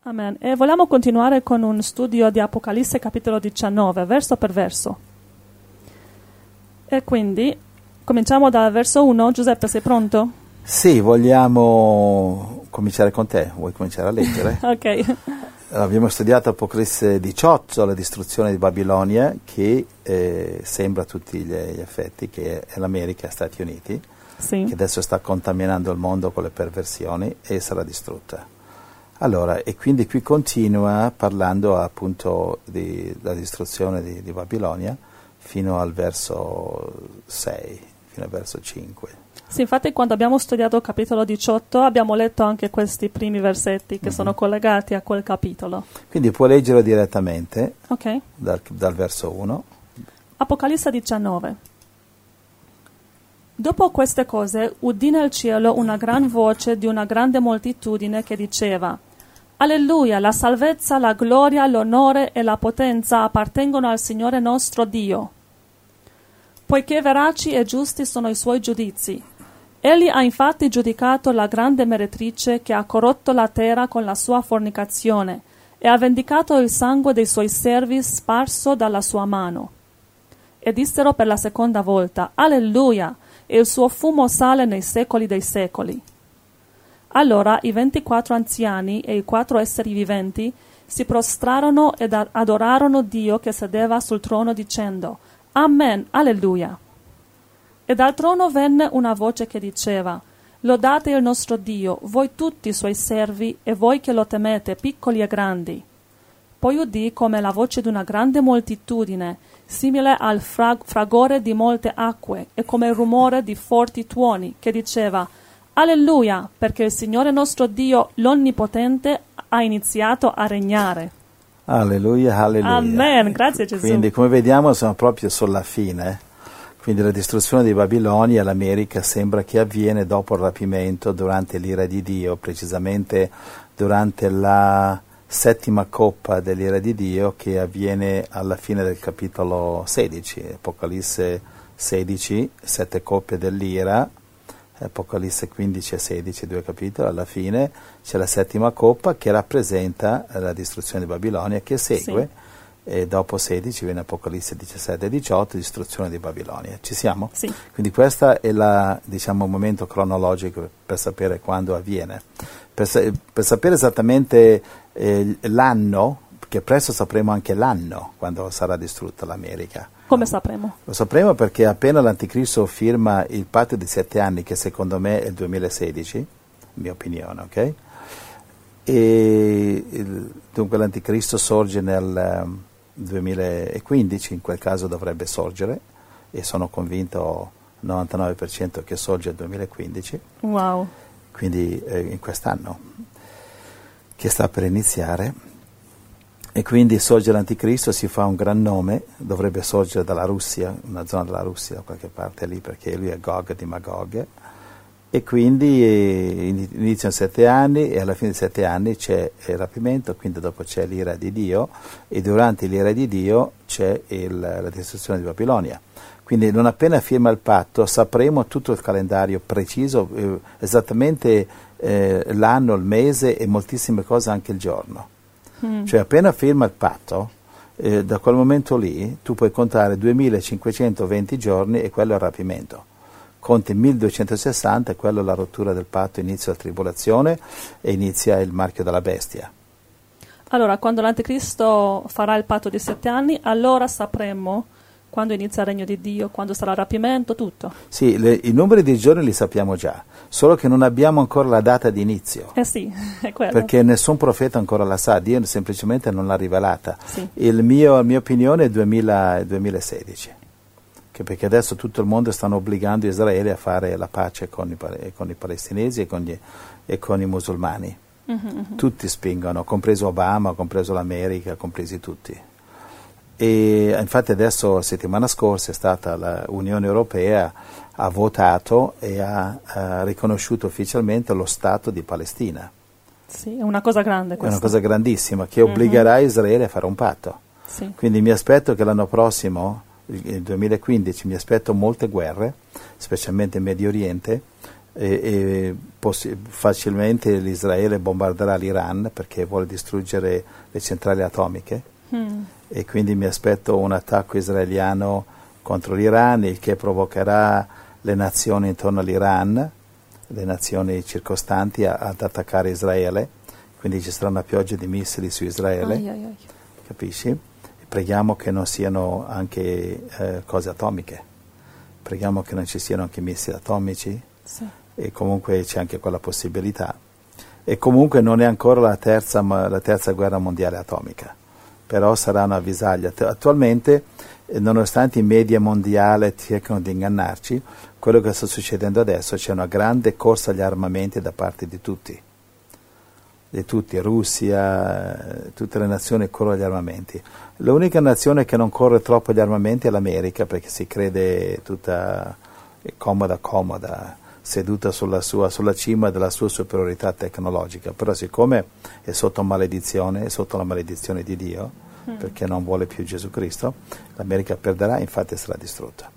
Amen. E vogliamo continuare con un studio di Apocalisse capitolo 19, verso per verso. E quindi cominciamo dal verso 1. Giuseppe, sei pronto? Sì, vogliamo cominciare con te. Vuoi cominciare a leggere? Ok. Abbiamo studiato Apocalisse 18, la distruzione di Babilonia, che sembra a tutti gli effetti che è l'America e gli Stati Uniti, Sì. che adesso sta contaminando il mondo con le perversioni e sarà distrutta. Allora, e quindi qui continua parlando appunto della distruzione di Babilonia fino al verso 6, fino al verso 5. Sì, infatti quando abbiamo studiato il capitolo 18 abbiamo letto anche questi primi versetti che sono collegati a quel capitolo. Quindi puoi leggerlo direttamente Ok. dal verso 1. Apocalisse 19. Dopo queste cose udì nel cielo una gran voce di una grande moltitudine che diceva: Alleluia, la salvezza, la gloria, l'onore e la potenza appartengono al Signore nostro Dio, poiché veraci e giusti sono i suoi giudizi. Egli ha infatti giudicato la grande meretrice che ha corrotto la terra con la sua fornicazione e ha vendicato il sangue dei suoi servi sparso dalla sua mano. E dissero per la seconda volta: Alleluia, e il suo fumo sale nei secoli dei secoli. Allora i 24 anziani e i 4 esseri viventi si prostrarono ed adorarono Dio che sedeva sul trono dicendo: Amen, alleluia. E dal trono venne una voce che diceva: Lodate il nostro Dio, voi tutti i suoi servi e voi che lo temete, piccoli e grandi. Poi udì come la voce di una grande moltitudine, simile al fragore di molte acque e come il rumore di forti tuoni, che diceva: Alleluia, perché il Signore nostro Dio, l'Onnipotente, ha iniziato a regnare. Alleluia, alleluia. Amen, grazie Gesù. Quindi come vediamo siamo proprio sulla fine. Quindi la distruzione di Babilonia, l'America, sembra che avviene dopo il rapimento, durante l'ira di Dio, precisamente durante la settima coppa dell'ira di Dio, che avviene alla fine del capitolo 16, Apocalisse 16, 7 coppe dell'ira, Apocalisse 15 e 16, 2 capitoli, alla fine c'è la settima coppa che rappresenta la distruzione di Babilonia, che segue, Sì. E dopo 16 viene Apocalisse 17 e 18, distruzione di Babilonia. Ci siamo? Sì. Quindi questo è il momento cronologico per sapere quando avviene. Per sapere esattamente l'anno, che presto sapremo anche l'anno quando sarà distrutta l'America. Come sapremo? Lo sapremo perché appena l'Anticristo firma il patto di 7 anni, che secondo me è il 2016, mia opinione, ok? Dunque l'Anticristo sorge nel 2015, in quel caso dovrebbe sorgere, e sono convinto 99% che sorge nel 2015. Wow. Quindi in quest'anno che sta per iniziare, e quindi sorge l'Anticristo, si fa un gran nome, dovrebbe sorgere dalla Russia, una zona della Russia da qualche parte lì, perché lui è Gog di Magog, e quindi iniziano 7 anni e alla fine di 7 anni c'è il rapimento, quindi dopo c'è l'ira di Dio, e durante l'ira di Dio c'è la distruzione di Babilonia. Quindi non appena firma il patto sapremo tutto il calendario preciso, esattamente l'anno, il mese e moltissime cose, anche il giorno. Cioè appena firma il patto, da quel momento lì tu puoi contare 2520 giorni e quello è il rapimento. Conti 1260 e quello è la rottura del patto, inizia la tribolazione e inizia il marchio della bestia. Allora, quando l'Anticristo farà il patto di 7 anni, allora sapremo quando inizia il regno di Dio, quando sarà il rapimento, tutto. Sì, i numeri dei giorni li sappiamo già, solo che non abbiamo ancora la data di inizio. Sì, è quello. Perché nessun profeta ancora la sa, Dio semplicemente non l'ha rivelata. Sì. La mia opinione è 2016, perché adesso tutto il mondo stanno obbligando Israele a fare la pace con i palestinesi e con i musulmani. Tutti spingono, compreso Obama, compreso l'America, compresi tutti. E infatti adesso, settimana scorsa, è stata l'Unione Europea ha votato e ha riconosciuto ufficialmente lo Stato di Palestina. Sì, è una cosa grande questa. È una cosa grandissima che obbligherà Israele a fare un patto. Sì. Quindi mi aspetto che l'anno prossimo, il 2015, mi aspetto molte guerre, specialmente in Medio Oriente, facilmente l'Israele bombarderà l'Iran perché vuole distruggere le centrali atomiche e quindi mi aspetto un attacco israeliano contro l'Iran, il che provocherà le nazioni intorno all'Iran, le nazioni circostanti ad attaccare Israele, quindi ci sarà una pioggia di missili su Israele, capisci? Preghiamo che non siano anche cose atomiche, preghiamo che non ci siano anche missili atomici, sì. E comunque c'è anche quella possibilità. E comunque non è ancora la terza guerra mondiale atomica, però sarà una avvisaglia. Attualmente, nonostante i media mondiali cercano di ingannarci, quello che sta succedendo adesso, c'è una grande corsa agli armamenti da parte di tutti, Russia, tutte le nazioni corrono agli armamenti. L'unica nazione che non corre troppo agli armamenti è l'America, perché si crede tutta comoda, seduta sulla cima della sua superiorità tecnologica, però siccome è sotto maledizione, è sotto la maledizione di Dio, perché non vuole più Gesù Cristo, l'America perderà, infatti sarà distrutta.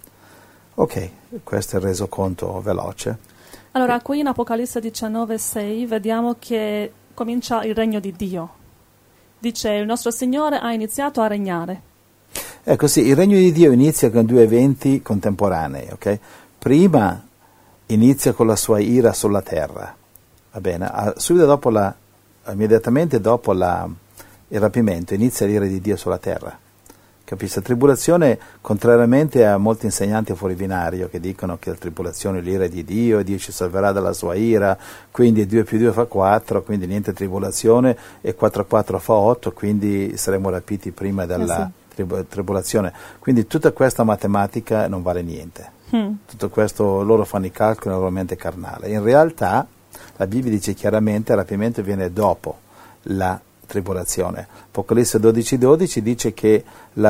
Ok, questo è il resoconto veloce. Allora, qui in Apocalisse 19:6 vediamo che comincia il regno di Dio. Dice, il nostro Signore ha iniziato a regnare. Ecco sì, il regno di Dio inizia con due eventi contemporanei, ok? Prima inizia con la sua ira sulla terra, va bene? Immediatamente dopo il rapimento inizia l'ira di Dio sulla terra. Capisci? La tribolazione, contrariamente a molti insegnanti fuori binario che dicono che la tribolazione è l'ira di Dio, Dio ci salverà dalla sua ira, quindi 2 più 2 fa 4, quindi niente tribolazione, e 4 più 4 fa 8, quindi saremo rapiti prima della tribolazione. Quindi tutta questa matematica non vale niente. Tutto questo, loro fanno i calcoli nella loro mente carnale. In realtà la Bibbia dice chiaramente il rapimento viene dopo la tribolazione. Apocalisse 12:12 dice che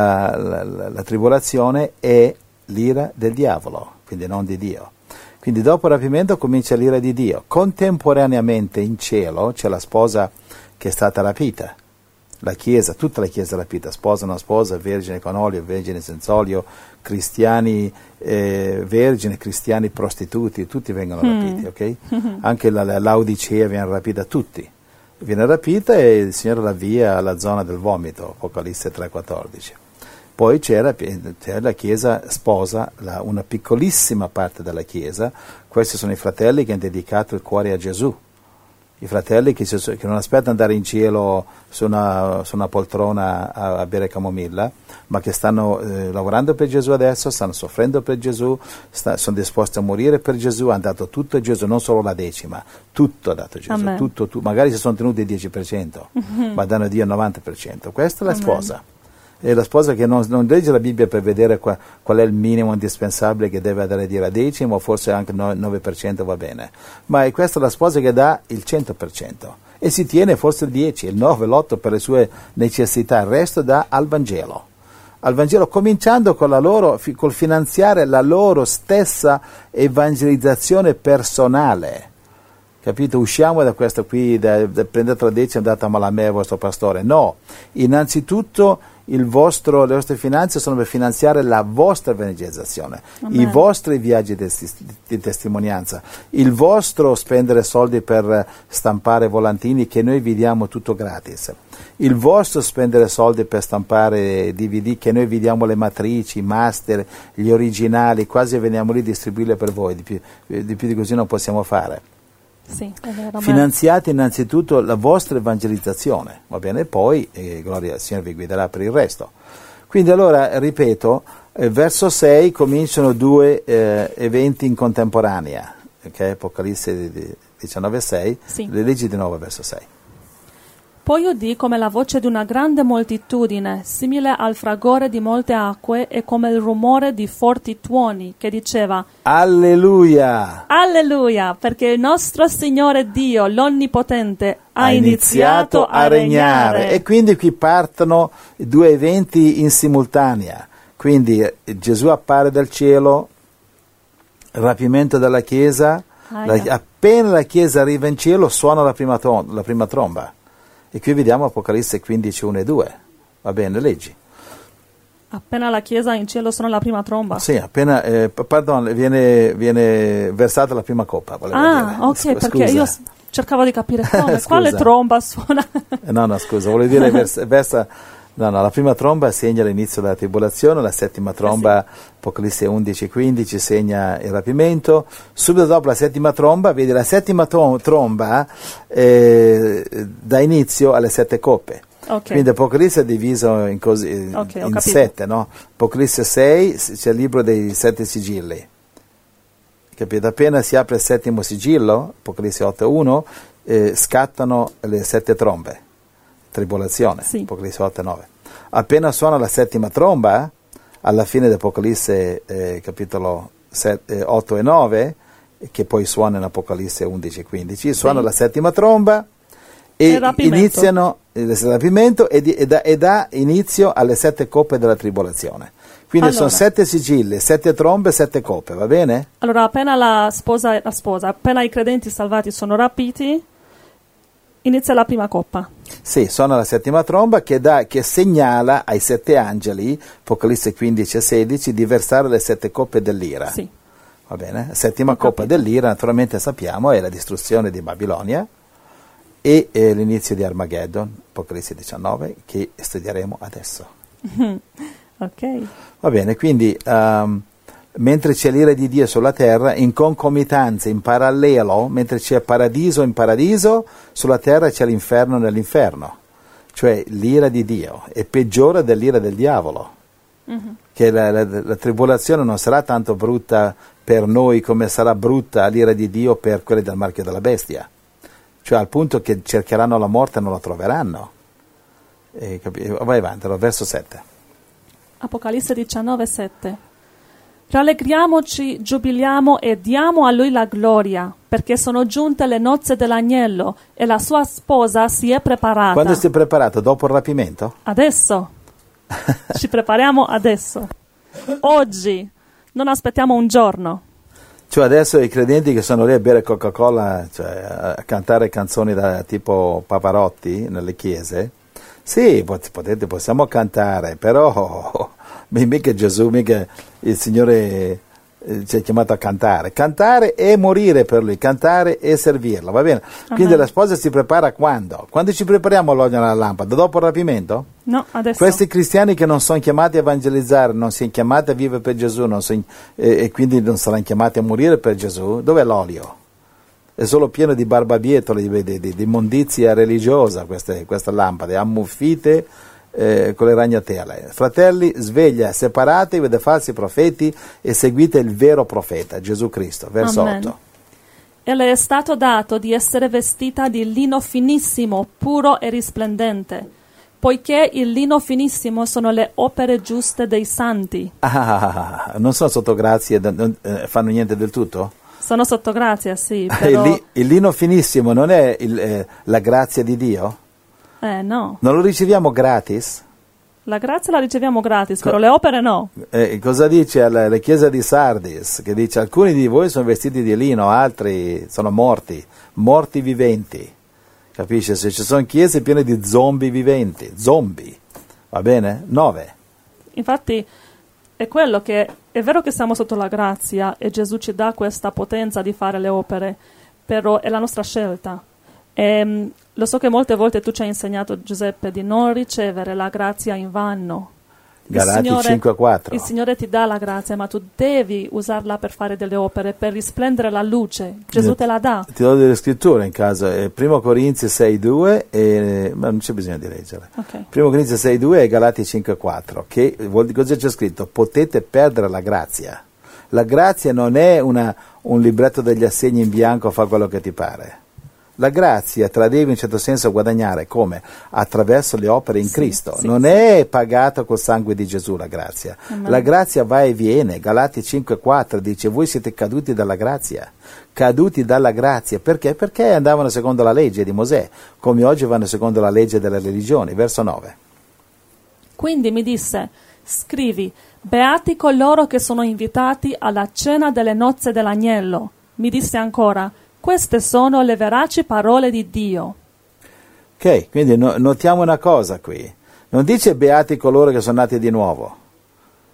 la tribolazione è l'ira del diavolo, quindi non di Dio. Quindi dopo il rapimento comincia l'ira di Dio. Contemporaneamente in cielo c'è la sposa che è stata rapita. La Chiesa, tutta la Chiesa rapita, sposa, una sposa, vergine con olio, vergine senza olio, cristiani vergini, cristiani prostituti, tutti vengono rapiti, ok? Anche l'Audicea viene rapita, tutti. Viene rapita e il Signore la avvia alla zona del vomito, Apocalisse 3,14. Poi c'è la Chiesa sposa, una piccolissima parte della Chiesa, questi sono i fratelli che hanno dedicato il cuore a Gesù. I fratelli che non aspettano andare in cielo su una poltrona a bere camomilla, ma che stanno lavorando per Gesù adesso, stanno soffrendo per Gesù, sono disposti a morire per Gesù, hanno dato tutto a Gesù, non solo la decima, tutto ha dato Gesù, tutto. Magari si sono tenuti il 10%, ma danno a Dio il 90%. Questa è la sposa. È la sposa che non legge la Bibbia per vedere qual è il minimo indispensabile che deve dare Dio la decima, o forse anche il 9% va bene, ma è questa la sposa che dà il 100% e si tiene forse il 10, il 9, l'8 per le sue necessità, il resto dà al Vangelo, cominciando col finanziare la loro stessa evangelizzazione personale. Capito? Usciamo da questo qui, prendete la decima, datela a me, al vostro pastore. No, innanzitutto le vostre finanze sono per finanziare la vostra evangelizzazione, i vostri viaggi di testimonianza, il vostro spendere soldi per stampare volantini che noi vi diamo tutto gratis, il vostro spendere soldi per stampare DVD che noi vi diamo le matrici, i master, gli originali, quasi veniamo lì a distribuirli per voi, di più di così non possiamo fare. Sì, è vero, finanziate innanzitutto la vostra evangelizzazione, va bene? E poi, gloria al Signore, vi guiderà per il resto. Quindi allora, ripeto, verso 6 cominciano 2 eventi in contemporanea, okay? Apocalisse 19:6, sì. Le leggi di nuovo verso 6. Poi udì come la voce di una grande moltitudine, simile al fragore di molte acque e come il rumore di forti tuoni, che diceva: Alleluia! Alleluia! Perché il nostro Signore Dio, l'Onnipotente, ha iniziato a regnare. E quindi qui partono 2 eventi in simultanea. Quindi Gesù appare dal cielo, il rapimento della Chiesa, appena la Chiesa arriva in cielo suona la prima tromba. E qui vediamo Apocalisse 15, 1 e 2. Va bene, leggi. Appena la Chiesa in cielo suona la prima tromba. Sì, appena, viene versata la prima coppa, volevo dire. Ok, perché io cercavo di capire come, Scusa. quale tromba suona. No, scusa, volevo dire la prima tromba segna l'inizio della tribolazione, la settima tromba, Apocalisse 11:15, segna il rapimento. Subito dopo la settima tromba, vedi, la settima tromba dà inizio alle 7 coppe. Okay. Quindi Apocalisse è diviso in 7, no? Apocalisse 6 c'è il libro dei 7 sigilli. Capito? Appena si apre il settimo sigillo, Apocalisse 8:1, scattano le 7 trombe. Tribolazione, sì. Apocalisse 8:9. Appena suona la settima tromba, alla fine di Apocalisse capitolo 8 e 9, che poi suona in Apocalisse 11:15, suona la settima tromba e iniziano il rapimento e dà inizio alle 7 coppe della tribolazione. Quindi sono 7 sigilli, 7 trombe, 7 coppe, va bene? Allora, appena appena i credenti salvati sono rapiti, inizia la prima coppa. Sì, suona la settima tromba che segnala ai 7 angeli, Apocalisse 15 e 16, di versare le 7 coppe dell'ira. Sì. Va bene? Settima coppa dell'ira, naturalmente sappiamo, è la distruzione di Babilonia e l'inizio di Armageddon, Apocalisse 19, che studieremo adesso. Ok. Va bene, quindi mentre c'è l'ira di Dio sulla terra, in concomitanza, in parallelo, mentre c'è paradiso in paradiso, sulla terra c'è l'inferno nell'inferno. Cioè l'ira di Dio è peggiore dell'ira del diavolo. Che la tribolazione non sarà tanto brutta per noi come sarà brutta l'ira di Dio per quelli del marchio della bestia. Cioè al punto che cercheranno la morte e non la troveranno. Vai avanti, verso 7. Apocalisse 19:7. Rallegriamoci, giubiliamo e diamo a Lui la gloria, perché sono giunte le nozze dell'agnello e la sua sposa si è preparata. Quando si è preparato? Dopo il rapimento? Adesso. Ci prepariamo adesso. Oggi. Non aspettiamo un giorno. Cioè adesso i credenti che sono lì a bere Coca-Cola, cioè a cantare canzoni da tipo Pavarotti nelle chiese, sì, possiamo cantare, però mica Gesù, mica il Signore ci ha chiamato a cantare. Cantare e morire per Lui, cantare e servirlo, va bene? Quindi la sposa si prepara quando? Quando ci prepariamo all'olio nella lampada? Dopo il rapimento? No, adesso. Questi cristiani che non sono chiamati a evangelizzare, non sono chiamati a vivere per Gesù, e quindi non saranno chiamati a morire per Gesù, dov'è l'olio? È solo pieno di barbabietole, di immondizia religiosa queste lampade, ammuffite con le ragnatele. Fratelli, sveglia, separatevi dai falsi profeti e seguite il vero profeta, Gesù Cristo. Verso 8. E le è stato dato di essere vestita di lino finissimo, puro e risplendente, poiché il lino finissimo sono le opere giuste dei santi. Non sono sotto grazia, non fanno niente del tutto? Sono sotto grazia, sì. Però... il lino finissimo non è la grazia di Dio? No. Non lo riceviamo gratis? La grazia la riceviamo gratis, però le opere no. Cosa dice alla chiesa di Sardis? Che dice: alcuni di voi sono vestiti di lino, altri sono morti viventi. Capisci? Se ci sono chiese piene di zombie viventi, va bene? 9. Infatti è quello che è vero che siamo sotto la grazia e Gesù ci dà questa potenza di fare le opere, però è la nostra scelta. Lo so che molte volte tu ci hai insegnato, Giuseppe, di non ricevere la grazia in vano. Galati 5:4. Il Signore ti dà la grazia, ma tu devi usarla per fare delle opere, per risplendere la luce. Gesù te la dà. Ti do delle scritture in casa, 1 Corinzi 6:2, ma non c'è bisogno di leggere. Okay. 1 Corinzi 6:2 e Galati 5:4, che cosa c'è scritto? Potete perdere la grazia. La grazia non è un libretto degli assegni in bianco, fa quello che ti pare. La grazia te la devi in certo senso guadagnare come? Attraverso le opere in Cristo. Non è pagata col sangue di Gesù la grazia. Amen. La grazia va e viene. Galati 5:4 dice: voi siete caduti dalla grazia. Caduti dalla grazia. Perché? Perché andavano secondo la legge di Mosè, come oggi vanno secondo la legge delle religioni. Verso 9. Quindi mi disse: scrivi, beati coloro che sono invitati alla cena delle nozze dell'agnello. Mi disse ancora: queste sono le veraci parole di Dio. Ok, quindi notiamo una cosa qui. Non dice beati coloro che sono nati di nuovo.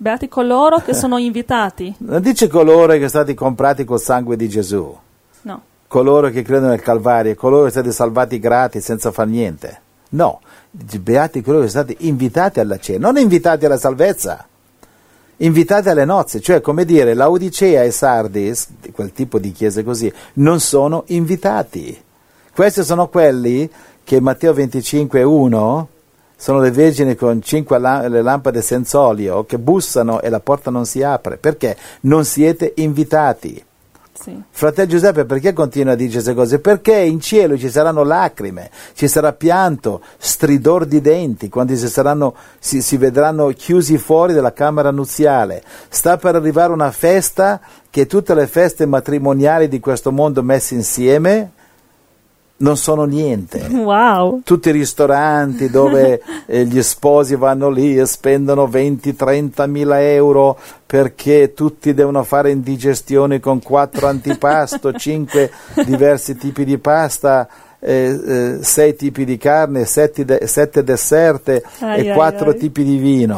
Beati coloro che sono invitati. Non dice coloro che sono stati comprati col sangue di Gesù. No. Coloro che credono nel Calvario, coloro che sono stati salvati gratis senza far niente. No, beati coloro che sono stati invitati alla cena, non invitati alla salvezza, invitati alle nozze, cioè come dire, Laodicea e Sardis, quel tipo di chiese così, non sono invitati. Questi sono quelli che Matteo 25:1 sono le vergini con 5 le lampade senza olio che bussano e la porta non si apre. Perché? Non siete invitati. Sì. Fratello Giuseppe, perché continua a dire queste cose? Perché in cielo ci saranno lacrime, ci sarà pianto, stridor di denti, quando si vedranno chiusi fuori dalla camera nuziale. Sta per arrivare una festa che tutte le feste matrimoniali di questo mondo messe insieme non sono niente. Wow. Tutti i ristoranti dove gli sposi vanno lì e spendono 20-30 mila euro perché tutti devono fare indigestioni con 4 antipasto, 5 diversi tipi di pasta, 6 tipi di carne, 7 dessert e 4 tipi di vino.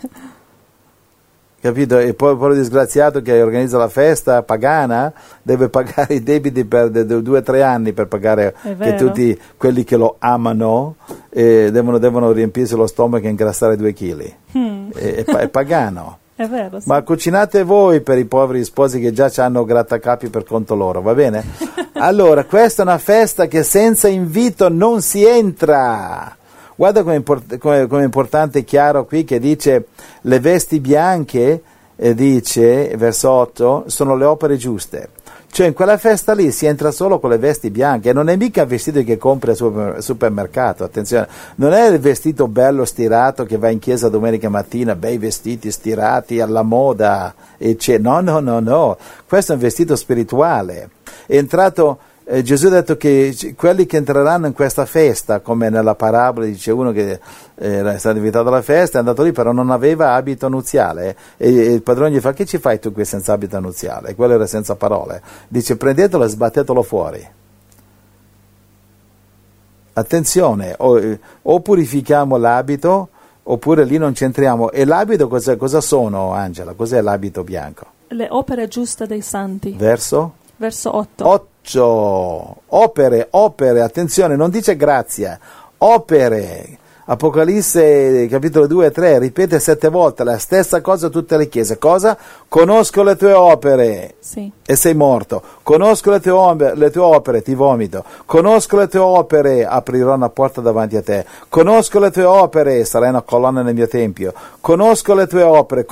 Capito? E poi il povero disgraziato che organizza la festa pagana deve pagare i debiti per 2 o 3 anni per pagare che tutti quelli che lo amano devono riempirsi lo stomaco e ingrassare 2 chili. È pagano. È vero, sì. Ma cucinate voi per i poveri sposi che già hanno grattacapi per conto loro, va bene? Allora, questa è una festa che senza invito non si entra. Guarda come è importante e chiaro qui che dice le vesti bianche, dice, verso 8, sono le opere giuste. Cioè in quella festa lì si entra solo con le vesti bianche, non è mica il vestito che compri al supermercato, attenzione, non è il vestito bello stirato che va in chiesa domenica mattina, bei vestiti stirati alla moda, no, questo è un vestito spirituale. È entrato... Gesù ha detto che quelli che entreranno in questa festa, come nella parabola dice uno che era stato invitato alla festa, è andato lì però non aveva abito nuziale e il padrone gli fa: che ci fai tu qui senza abito nuziale? E quello era senza parole. Dice: prendetelo e sbattetelo fuori. Attenzione, o purifichiamo l'abito oppure lì non c'entriamo. E l'abito cosa sono, Angela? Cos'è l'abito bianco? Le opere giuste dei santi. Verso 8. Opere, attenzione, non dice grazia, opere. Apocalisse capitolo 2 e 3 ripete 7 volte la stessa cosa a tutte le chiese. Cosa? Conosco le tue opere, sì, e sei morto. Conosco le tue opere, ti vomito. Conosco le tue opere, aprirò una porta davanti a te. Conosco le tue opere, sarai una colonna nel mio tempio. Conosco le tue opere.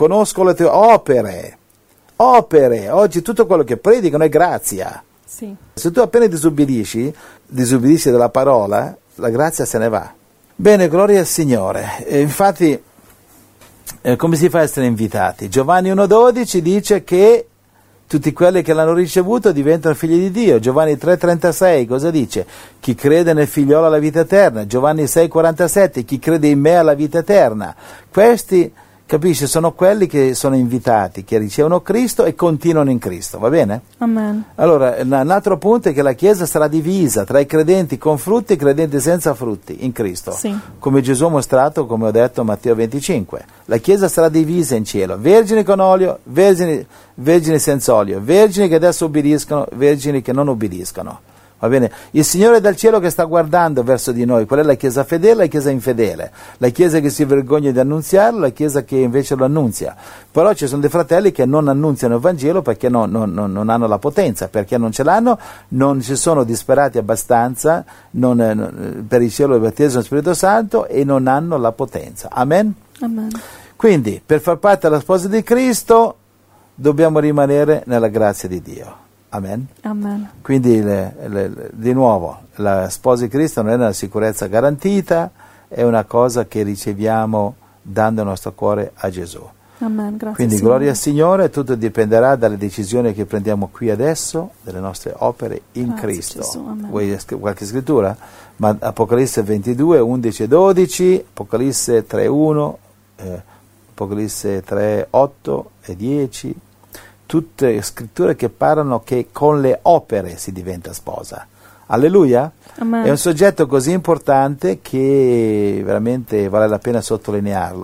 Opere, oggi tutto quello che predicano è grazia. Sì. Se tu appena disobbedisci della parola, la grazia se ne va. Bene, gloria al Signore. Infatti, come si fa a essere invitati? Giovanni 1,12 dice che tutti quelli che l'hanno ricevuto diventano figli di Dio. Giovanni 3,36 cosa dice? Chi crede nel figliolo ha la vita eterna. Giovanni 6,47 chi crede in me ha la vita eterna. Questi, capisci, sono quelli che sono invitati, che ricevono Cristo e continuano in Cristo, va bene? Amen. Allora, un altro punto è che la Chiesa sarà divisa tra i credenti con frutti e i credenti senza frutti in Cristo, sì, come Gesù ha mostrato, come ho detto a Matteo 25. La Chiesa sarà divisa in cielo, vergini con olio, vergini senza olio, vergini che adesso obbediscono, vergini che non obbediscono. Va bene? Il Signore dal cielo che sta guardando verso di noi, qual è la Chiesa fedele e la Chiesa infedele, la Chiesa che si vergogna di annunziarlo, la Chiesa che invece lo annunzia. Però ci sono dei fratelli che non annunziano il Vangelo perché non hanno la potenza, perché non ce l'hanno, non si sono disperati abbastanza per il cielo del battesimo dello Spirito Santo e non hanno la potenza. Amen? Amen. Quindi, per far parte della sposa di Cristo, dobbiamo rimanere nella grazia di Dio. Amen. Amen. Quindi di nuovo la sposa di Cristo non è una sicurezza garantita, è una cosa che riceviamo dando il nostro cuore a Gesù. Amen. Grazie. Quindi Signore. gloria al Signore, tutto dipenderà dalle decisioni che prendiamo qui adesso, delle nostre opere in Grazie, Cristo. Gesù. Amen. Vuoi qualche scrittura? Ma Apocalisse 22, 11 e 12, Apocalisse 3, 1, Apocalisse 3, 8 e 10. Tutte scritture che parlano che con le opere si diventa sposa. Alleluia! Amen. È un soggetto così importante che veramente vale la pena sottolinearlo,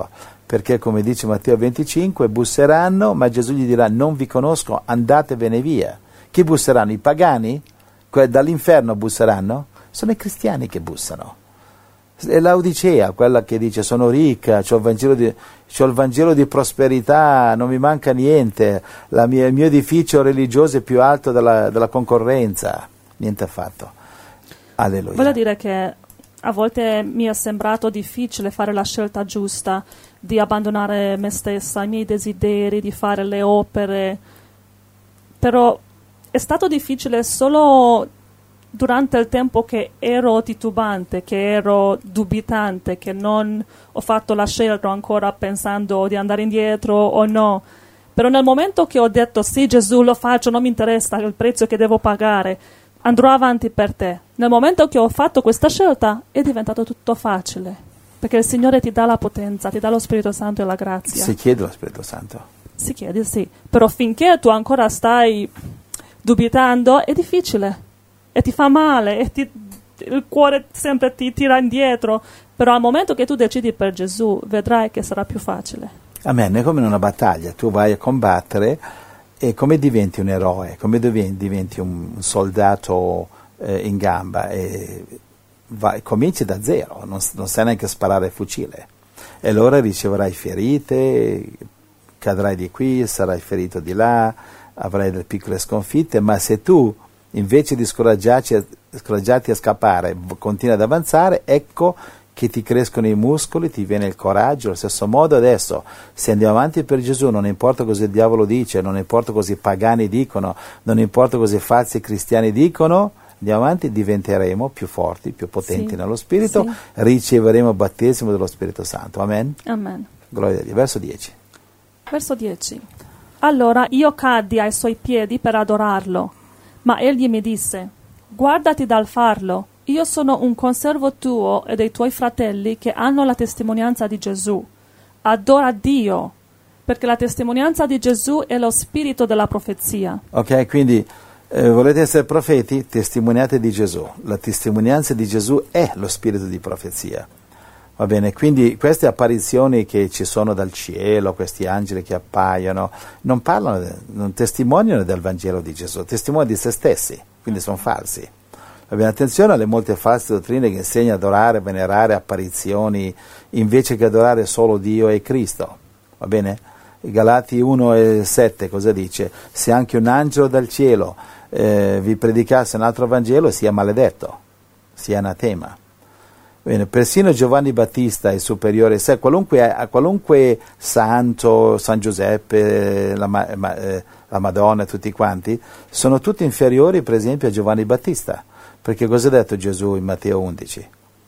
perché come dice Matteo 25, busseranno, ma Gesù gli dirà: non vi conosco, andatevene via. Chi busseranno? I pagani? Dall'inferno busseranno? Sono i cristiani che bussano. È Laodicea, quella che dice: sono ricca, c'ho il Vangelo di prosperità, non mi manca niente, il mio edificio religioso è più alto della concorrenza. Niente affatto. Alleluia. Voglio dire che a volte mi è sembrato difficile fare la scelta giusta di abbandonare me stessa, i miei desideri, di fare le opere, però è stato difficile solo durante il tempo che ero titubante, che ero dubitante, che non ho fatto la scelta ancora pensando di andare indietro o no. Però nel momento che ho detto sì, Gesù, lo faccio, non mi interessa il prezzo che devo pagare, andrò avanti per te. Nel momento che ho fatto questa scelta è diventato tutto facile, perché il Signore ti dà la potenza, ti dà lo Spirito Santo e la grazia. Si chiede lo Spirito Santo. Si chiede, sì. Però finché tu ancora stai dubitando è difficile. E ti fa male, e il cuore sempre ti tira indietro, però al momento che tu decidi per Gesù vedrai che sarà più facile. Amen, è come in una battaglia, tu vai a combattere e come diventi un eroe, come diventi un soldato in gamba, e cominci da zero, non sai neanche sparare il fucile, e allora riceverai ferite, cadrai di qui, sarai ferito di là, avrai delle piccole sconfitte, ma se tu invece di scoraggiarti a scappare, continui ad avanzare, ecco che ti crescono i muscoli, ti viene il coraggio. Allo stesso modo adesso, se andiamo avanti per Gesù, non importa cosa il diavolo dice, non importa cosa i pagani dicono, non importa cosa i falsi cristiani dicono, andiamo avanti, diventeremo più forti, più potenti nello Spirito, riceveremo il battesimo dello Spirito Santo. Amen? Amen. Gloria a Dio. Verso 10. Verso 10. Allora io caddi ai suoi piedi per adorarlo. Ma egli mi disse: guardati dal farlo, io sono un conservo tuo e dei tuoi fratelli che hanno la testimonianza di Gesù. Adora Dio, perché la testimonianza di Gesù è lo spirito della profezia. Ok, quindi volete essere profeti? Testimoniate di Gesù. La testimonianza di Gesù è lo spirito di profezia. Va bene, quindi queste apparizioni che ci sono dal cielo, questi angeli che appaiono, non parlano, non testimoniano del Vangelo di Gesù, testimoniano di se stessi, quindi sono falsi. Va bene, attenzione alle molte false dottrine che insegnano ad adorare, venerare apparizioni, invece che adorare solo Dio e Cristo. Va bene? Galati 1:7 cosa dice? Se anche un angelo dal cielo vi predicasse un altro Vangelo, sia maledetto, sia anatema. Bene, persino Giovanni Battista è superiore a sé, a qualunque santo, San Giuseppe, la Madonna, tutti quanti, sono tutti inferiori per esempio a Giovanni Battista, perché cosa ha detto Gesù in Matteo 11?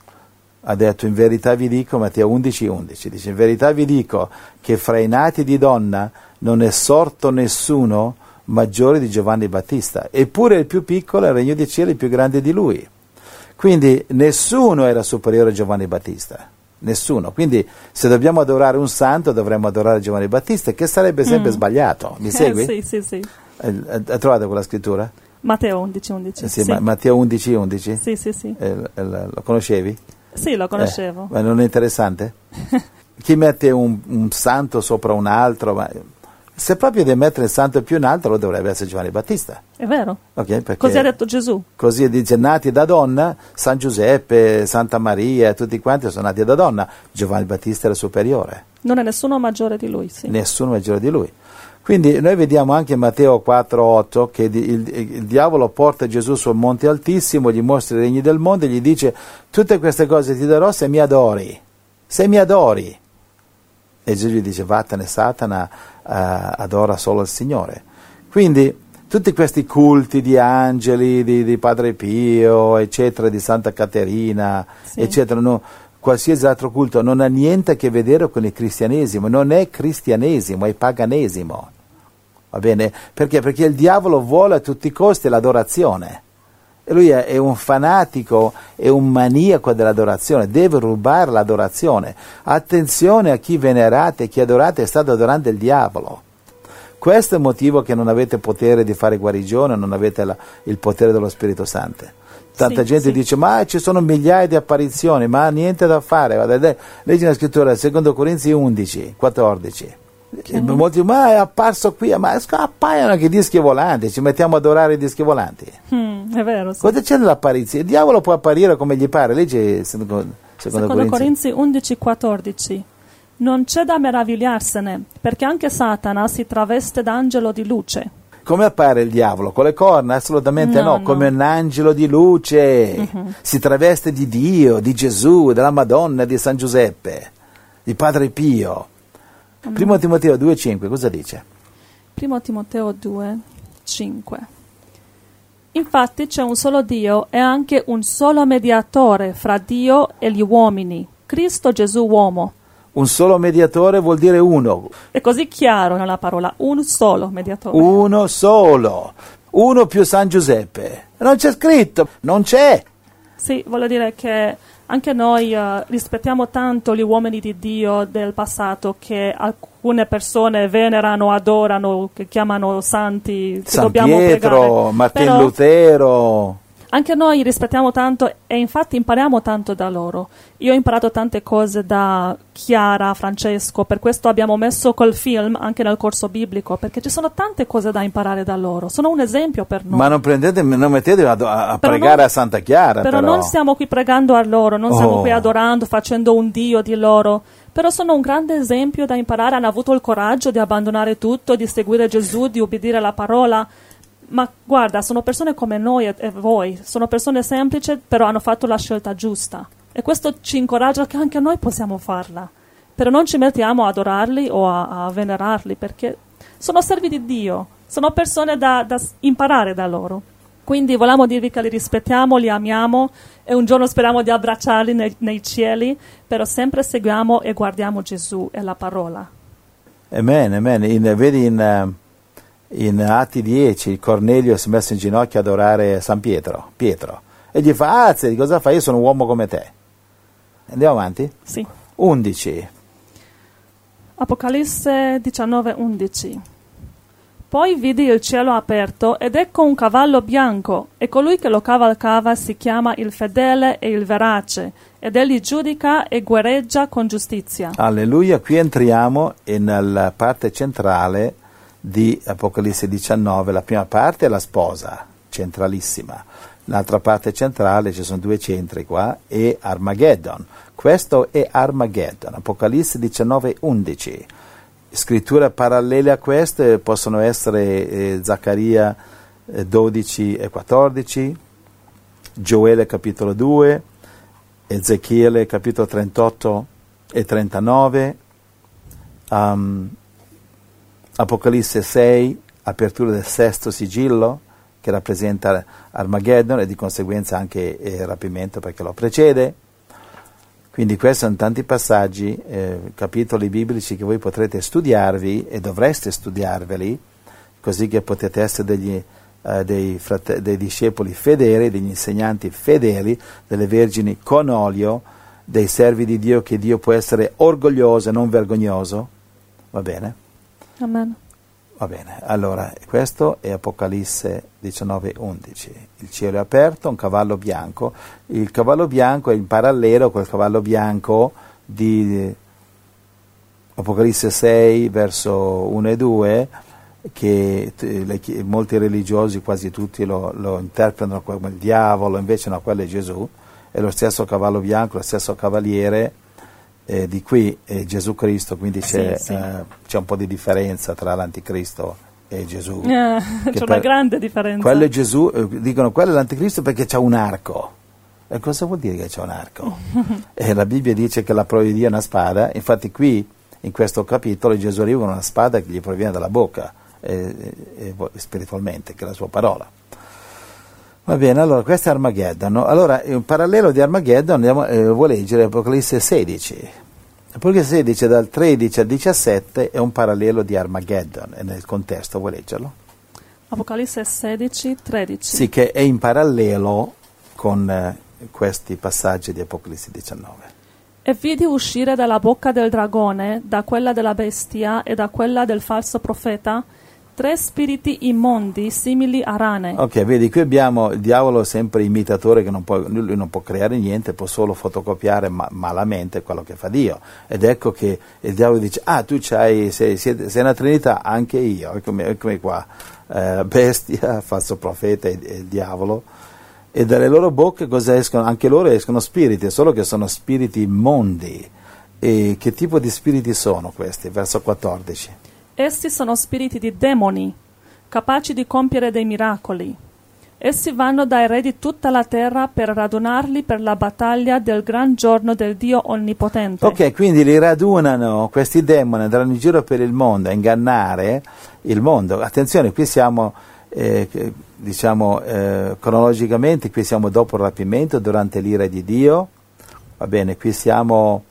Ha detto: in verità vi dico, Matteo 11:11, dice: in verità vi dico che fra i nati di donna non è sorto nessuno maggiore di Giovanni Battista, eppure il più piccolo al regno dei cieli è più grande di lui. Quindi nessuno era superiore a Giovanni Battista, nessuno. Quindi se dobbiamo adorare un santo dovremmo adorare Giovanni Battista, che sarebbe sempre sbagliato. Mi segui? Sì. Hai trovato quella scrittura? Matteo 11:11. Sì. Matteo 11:11? Sì. Lo conoscevi? Sì, lo conoscevo. Ma non è interessante? Chi mette un santo sopra un altro? Ma se proprio devi mettere il santo più in alto, lo dovrebbe essere Giovanni Battista. È vero. Okay, così ha detto Gesù. Così dice: nati da donna, San Giuseppe, Santa Maria, tutti quanti sono nati da donna. Giovanni Battista era superiore. Non è nessuno maggiore di lui, sì. Nessuno maggiore di lui. Quindi noi vediamo anche in Matteo 4:8 che il diavolo porta Gesù sul monte altissimo, gli mostra i regni del mondo e gli dice: tutte queste cose ti darò se mi adori. Se mi adori. E Gesù gli dice: vattene Satana, adora solo il Signore. Quindi tutti questi culti di angeli, di Padre Pio, eccetera, di Santa Caterina, eccetera, no, qualsiasi altro culto non ha niente a che vedere con il cristianesimo, non è cristianesimo, è paganesimo. Va bene? Perché? Perché il diavolo vuole a tutti i costi l'adorazione. E lui è un fanatico, è un maniaco dell'adorazione, deve rubare l'adorazione. Attenzione a chi venerate e chi adorate, state adorando il diavolo. Questo è il motivo che non avete potere di fare guarigione, non avete il potere dello Spirito Santo. Tanta Sì, gente sì. dice, ma ci sono migliaia di apparizioni, ma niente da fare. Guarda, leggi la scrittura, 2 Corinzi 11, 14. Molti dicono, ma è apparso qui, ma appaiono anche i dischi volanti, ci mettiamo ad adorare i dischi volanti. È vero, sì. Cosa c'è nell'apparizione? Il diavolo può apparire come gli pare. Leggi secondo Corinzi 11, 14. Non c'è da meravigliarsene, perché anche Satana si traveste d'angelo di luce. Come appare il diavolo? Con le corna? Assolutamente no, come un angelo di luce. Si traveste di Dio, di Gesù, della Madonna, di San Giuseppe, di Padre Pio. 1 Timoteo 2,5, cosa dice? 1 Timoteo 2, 5. Infatti c'è un solo Dio e anche un solo mediatore fra Dio e gli uomini, Cristo Gesù uomo. Un solo mediatore vuol dire uno. È così chiaro nella parola, un solo mediatore. Uno solo. Uno più San Giuseppe. Non c'è scritto, non c'è. Sì, voglio dire che anche noi rispettiamo tanto gli uomini di Dio del passato che alcune persone venerano, adorano, che chiamano santi, che San dobbiamo Pietro, pregare. Martin Però Lutero. anche noi rispettiamo tanto e infatti impariamo tanto da loro. Io ho imparato tante cose da Chiara, Francesco, per questo abbiamo messo quel film anche nel corso biblico, perché ci sono tante cose da imparare da loro. Sono un esempio per noi. Ma non mettetevi a Però pregare non- a Santa Chiara. Però non stiamo qui pregando a loro, non stiamo qui adorando, facendo un Dio di loro. Però sono un grande esempio da imparare. Hanno avuto il coraggio di abbandonare tutto, di seguire Gesù, di obbedire alla parola. Ma guarda, sono persone come noi e voi, sono persone semplici, però hanno fatto la scelta giusta. E questo ci incoraggia che anche noi possiamo farla. Però non ci mettiamo a adorarli o a venerarli, perché sono servi di Dio, sono persone da imparare da loro. Quindi volevamo dirvi che li rispettiamo, li amiamo e un giorno speriamo di abbracciarli nei cieli, però sempre seguiamo e guardiamo Gesù e la parola. Amen, amen. Vedi in Atti 10 Cornelio si è messo in ginocchio ad adorare San Pietro, e gli fa, di cosa fai? Io sono un uomo come te. Andiamo avanti? Sì. 11. Apocalisse 19, 11. Poi vidi il cielo aperto ed ecco un cavallo bianco, e colui che lo cavalcava si chiama il fedele e il verace, ed egli giudica e guerreggia con giustizia. Alleluia, qui entriamo nella parte centrale di Apocalisse 19. La prima parte è la sposa, centralissima. L'altra parte centrale, ci sono due centri qua, è Armageddon. Questo è Armageddon, Apocalisse 19, 11. Scritture parallele a queste possono essere Zaccaria 12 e 14, Gioele capitolo 2, Ezechiele capitolo 38 e 39, Apocalisse 6, apertura del sesto sigillo, che rappresenta Armageddon e di conseguenza anche il rapimento perché lo precede. Quindi questi sono tanti passaggi, capitoli biblici che voi potrete studiarvi e dovreste studiarveli, così che potete essere dei discepoli fedeli, degli insegnanti fedeli, delle vergini con olio, dei servi di Dio, che Dio può essere orgoglioso e non vergognoso. Va bene? Amen. Va bene, allora questo è Apocalisse 19:11. Il cielo è aperto, un cavallo bianco. Il cavallo bianco è in parallelo col cavallo bianco di Apocalisse 6, verso 1 e 2, che molti religiosi, quasi tutti, lo interpretano come il diavolo, invece no, quello è Gesù. È lo stesso cavallo bianco, lo stesso cavaliere. Di qui è Gesù Cristo, quindi c'è un po' di differenza tra l'anticristo e Gesù. C'è una grande differenza. Quello è Gesù, dicono quello è l'anticristo perché c'ha un arco. E cosa vuol dire che c'ha un arco? La Bibbia dice che la prova di Dio è una spada, infatti qui in questo capitolo Gesù arriva con una spada che gli proviene dalla bocca, spiritualmente, che è la sua parola. Va bene, allora questo è Armageddon. Allora, in parallelo di Armageddon vuoi leggere Apocalisse 16. Apocalisse 16 dal 13 al 17 è un parallelo di Armageddon, e nel contesto vuoi leggerlo? Apocalisse 16, 13. Sì, che è in parallelo con questi passaggi di Apocalisse 19. E vidi uscire dalla bocca del dragone, da quella della bestia e da quella del falso profeta, 3 spiriti immondi simili a rane. Ok, vedi, qui abbiamo il diavolo sempre imitatore, che lui non può creare niente, può solo fotocopiare malamente quello che fa Dio. Ed ecco che il diavolo dice, tu sei una trinità, anche io, eccomi qua, bestia, falso profeta e il diavolo. E dalle loro bocche cosa escono? Anche loro escono spiriti, solo che sono spiriti immondi. E che tipo di spiriti sono questi? Verso 14. Essi sono spiriti di demoni, capaci di compiere dei miracoli. Essi vanno dai re di tutta la terra per radunarli per la battaglia del gran giorno del Dio Onnipotente. Ok, quindi li radunano, questi demoni andranno in giro per il mondo a ingannare il mondo. Attenzione, qui siamo, cronologicamente, qui siamo dopo il rapimento, durante l'ira di Dio. Va bene, qui siamo...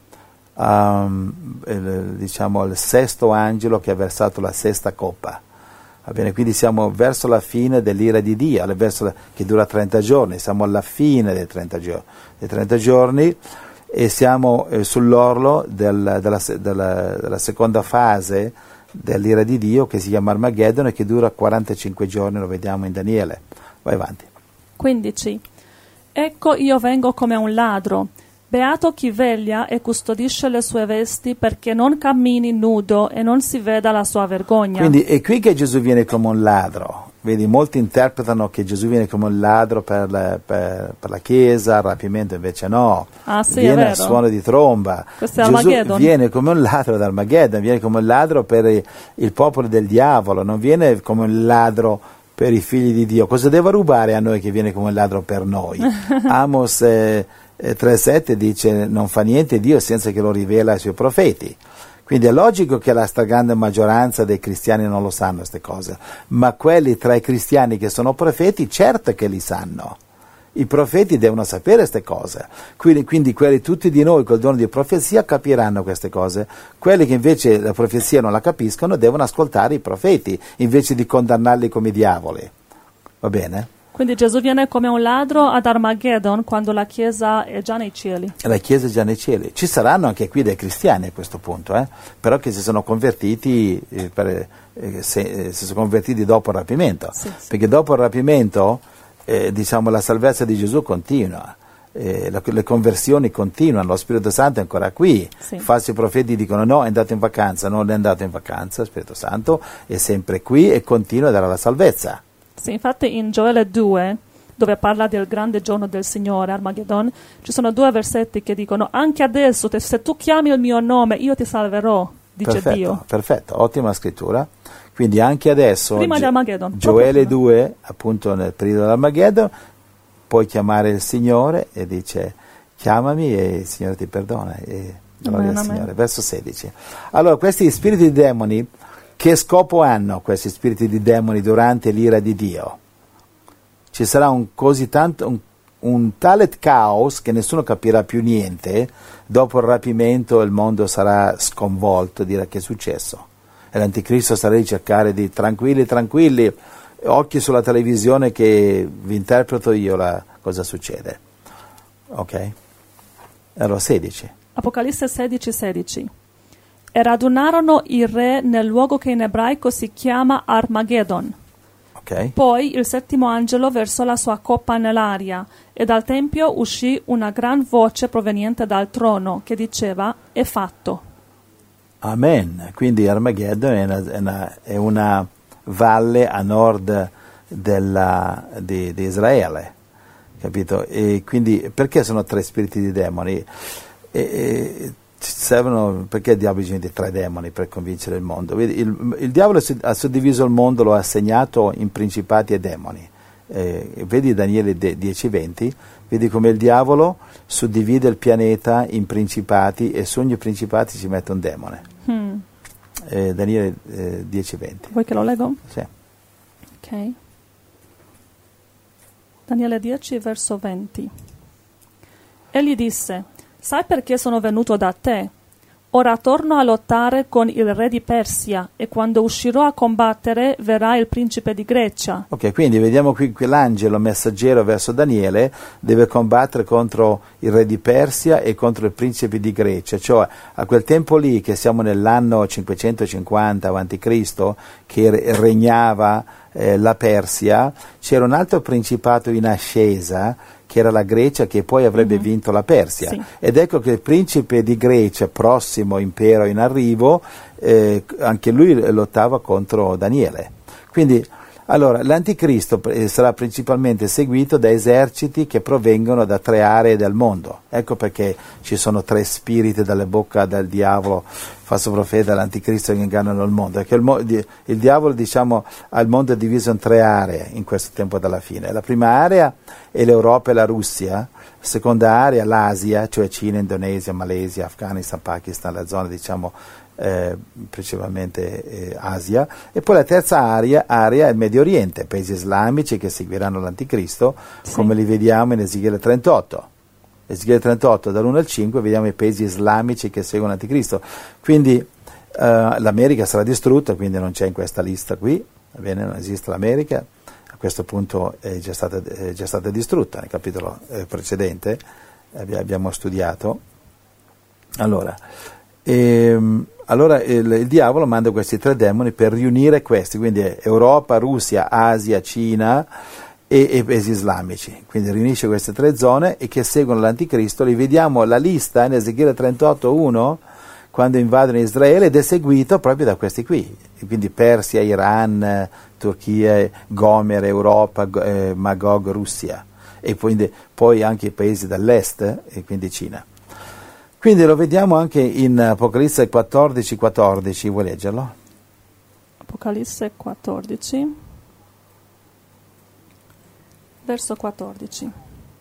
il sesto angelo che ha versato la sesta coppa. Va bene, quindi siamo verso la fine dell'ira di Dio, che dura 30 giorni, siamo alla fine dei 30 giorni e siamo sull'orlo della seconda fase dell'ira di Dio, che si chiama Armageddon e che dura 45 giorni, lo vediamo in Daniele. Vai avanti. 15. Ecco io vengo come un ladro. Beato chi veglia e custodisce le sue vesti, perché non cammini nudo e non si veda la sua vergogna. Quindi è qui che Gesù viene come un ladro. Vedi, molti interpretano che Gesù viene come un ladro per la Chiesa, il rapimento invece no. Sì, viene è vero. a suono di tromba. Questo è Gesù Armageddon. viene come un ladro ad Armageddon, viene come un ladro per il popolo del diavolo, non viene come un ladro per i figli di Dio. Cosa deve rubare a noi che viene come un ladro per noi? Amos 3,7 dice non fa niente Dio senza che lo rivela ai suoi profeti. Quindi è logico che la stragrande maggioranza dei cristiani non lo sanno queste cose, ma quelli tra i cristiani che sono profeti certo che li sanno. I profeti devono sapere queste cose, quindi quelli tutti di noi col dono di profezia capiranno queste cose. Quelli che invece la profezia non la capiscono devono ascoltare i profeti invece di condannarli come diavoli. Va bene? Quindi Gesù viene come un ladro ad Armageddon quando la Chiesa è già nei cieli. La Chiesa è già nei cieli. Ci saranno anche qui dei cristiani a questo punto, però che si sono convertiti, si sono convertiti dopo il rapimento. Sì. Perché dopo il rapimento, la salvezza di Gesù continua. Le conversioni continuano, lo Spirito Santo è ancora qui. Sì. I falsi profeti dicono no, è andato in vacanza, non è andato in vacanza, lo Spirito Santo è sempre qui e continua a dare la salvezza. Sì, infatti in Gioele 2, dove parla del grande giorno del Signore, Armageddon, ci sono 2 versetti che dicono anche adesso, se tu chiami il mio nome, io ti salverò, dice Perfetto, Dio. Perfetto, ottima scrittura. Quindi anche adesso, Prima di Armageddon. Gioele 2, appunto nel periodo dell'Armageddon, puoi chiamare il Signore e dice chiamami e il Signore ti perdona. E gloria al Signore. Verso 16. Allora, questi spiriti di demoni, che scopo hanno questi spiriti di demoni durante l'ira di Dio? Ci sarà un tale caos che nessuno capirà più niente. Dopo il rapimento il mondo sarà sconvolto, dirà che è successo. E l'anticristo sarà lì a cercare di tranquilli, occhi sulla televisione che vi interpreto io cosa succede. Ok? Allora 16. Apocalisse 16:16. E radunarono i re nel luogo che in ebraico si chiama Armageddon. Okay. Poi il settimo angelo versò la sua coppa nell'aria e dal tempio uscì una gran voce proveniente dal trono che diceva è fatto. Amen. Quindi Armageddon è una valle a nord di Israele, capito? E quindi perché sono 3 spiriti di demoni? Perché il diavolo ha di 3 demoni per convincere il mondo? Vedi, il diavolo ha suddiviso il mondo, lo ha assegnato in principati e demoni. Vedi Daniele 10:20, vedi come il diavolo suddivide il pianeta in principati e su ogni principati si mette un demone. Daniele 10:20. Vuoi che lo leggo? Sì. Ok. Daniele 10, verso 20. Egli disse: sai perché sono venuto da te? Ora torno a lottare con il re di Persia, e quando uscirò a combattere verrà il principe di Grecia. Ok, quindi vediamo qui che l'angelo messaggero verso Daniele deve combattere contro il re di Persia e contro il principe di Grecia, cioè a quel tempo lì, che siamo nell'anno 550 a.C., che regnava la Persia, c'era un altro principato in ascesa, che era la Grecia, che poi avrebbe vinto la Persia. Sì. Ed ecco che il principe di Grecia, prossimo impero in arrivo, anche lui lottava contro Daniele. Quindi, allora, l'anticristo sarà principalmente seguito da eserciti che provengono da 3 aree del mondo. Ecco perché ci sono 3 spiriti dalle bocca del diavolo, falso profeta, l'anticristo che ingannano il mondo. Perché il diavolo, diciamo, ha il mondo diviso in 3 aree in questo tempo della fine. La prima area è l'Europa e la Russia, la seconda area l'Asia, cioè Cina, Indonesia, Malesia, Afghanistan, Pakistan, la zona, diciamo, principalmente Asia, e poi la terza area è il Medio Oriente, paesi islamici che seguiranno l'anticristo, sì, come li vediamo in Ezechiele 38. Ezechiele 38 dall'1 al 5 vediamo i paesi islamici che seguono l'anticristo. Quindi l'America sarà distrutta, quindi non c'è in questa lista qui, va bene, non esiste l'America, a questo punto è già stata distrutta. Nel capitolo precedente abbiamo studiato. Allora il diavolo manda questi 3 demoni per riunire questi, quindi Europa, Russia, Asia, Cina e paesi islamici. Quindi riunisce queste 3 zone e che seguono l'anticristo. Li vediamo la lista in Ezechiele 38:1, quando invadono Israele, ed è seguito proprio da questi qui, quindi Persia, Iran, Turchia, Gomer, Europa, Magog, Russia, e poi anche i paesi dell'est, e quindi Cina. Quindi lo vediamo anche in Apocalisse 14:14, vuoi leggerlo? Apocalisse 14, verso 14.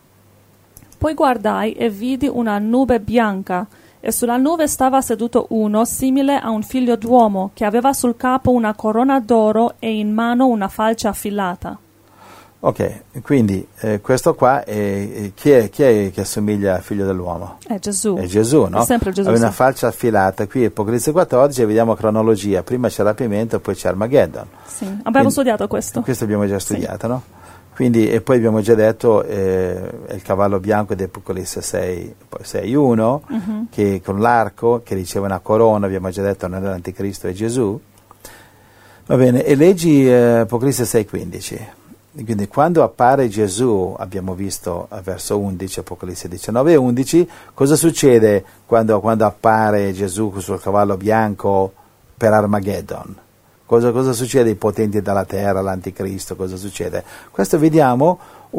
Poi guardai e vidi una nube bianca, e sulla nube stava seduto uno simile a un figlio d'uomo, che aveva sul capo una corona d'oro e in mano una falce affilata. Ok, quindi questo qua chi è che assomiglia al figlio dell'uomo? È Gesù. È Gesù, no? È sempre Gesù. Aveva una falce affilata. Qui Apocalisse 14 vediamo cronologia, prima c'è il rapimento, poi c'è Armageddon. Sì, abbiamo studiato questo. Questo abbiamo già studiato, sì, no? Quindi, e poi abbiamo già detto è il cavallo bianco di Apocalisse 6:1, che con l'arco, che riceve una corona, abbiamo già detto non è l'anticristo, è Gesù. Va bene, e leggi Apocalisse 6:15. Quindi quando appare Gesù, abbiamo visto a verso 11, Apocalisse 19:11, cosa succede quando appare Gesù sul cavallo bianco per Armageddon? Cosa succede ai potenti della terra, l'anticristo, cosa succede? Questo vediamo,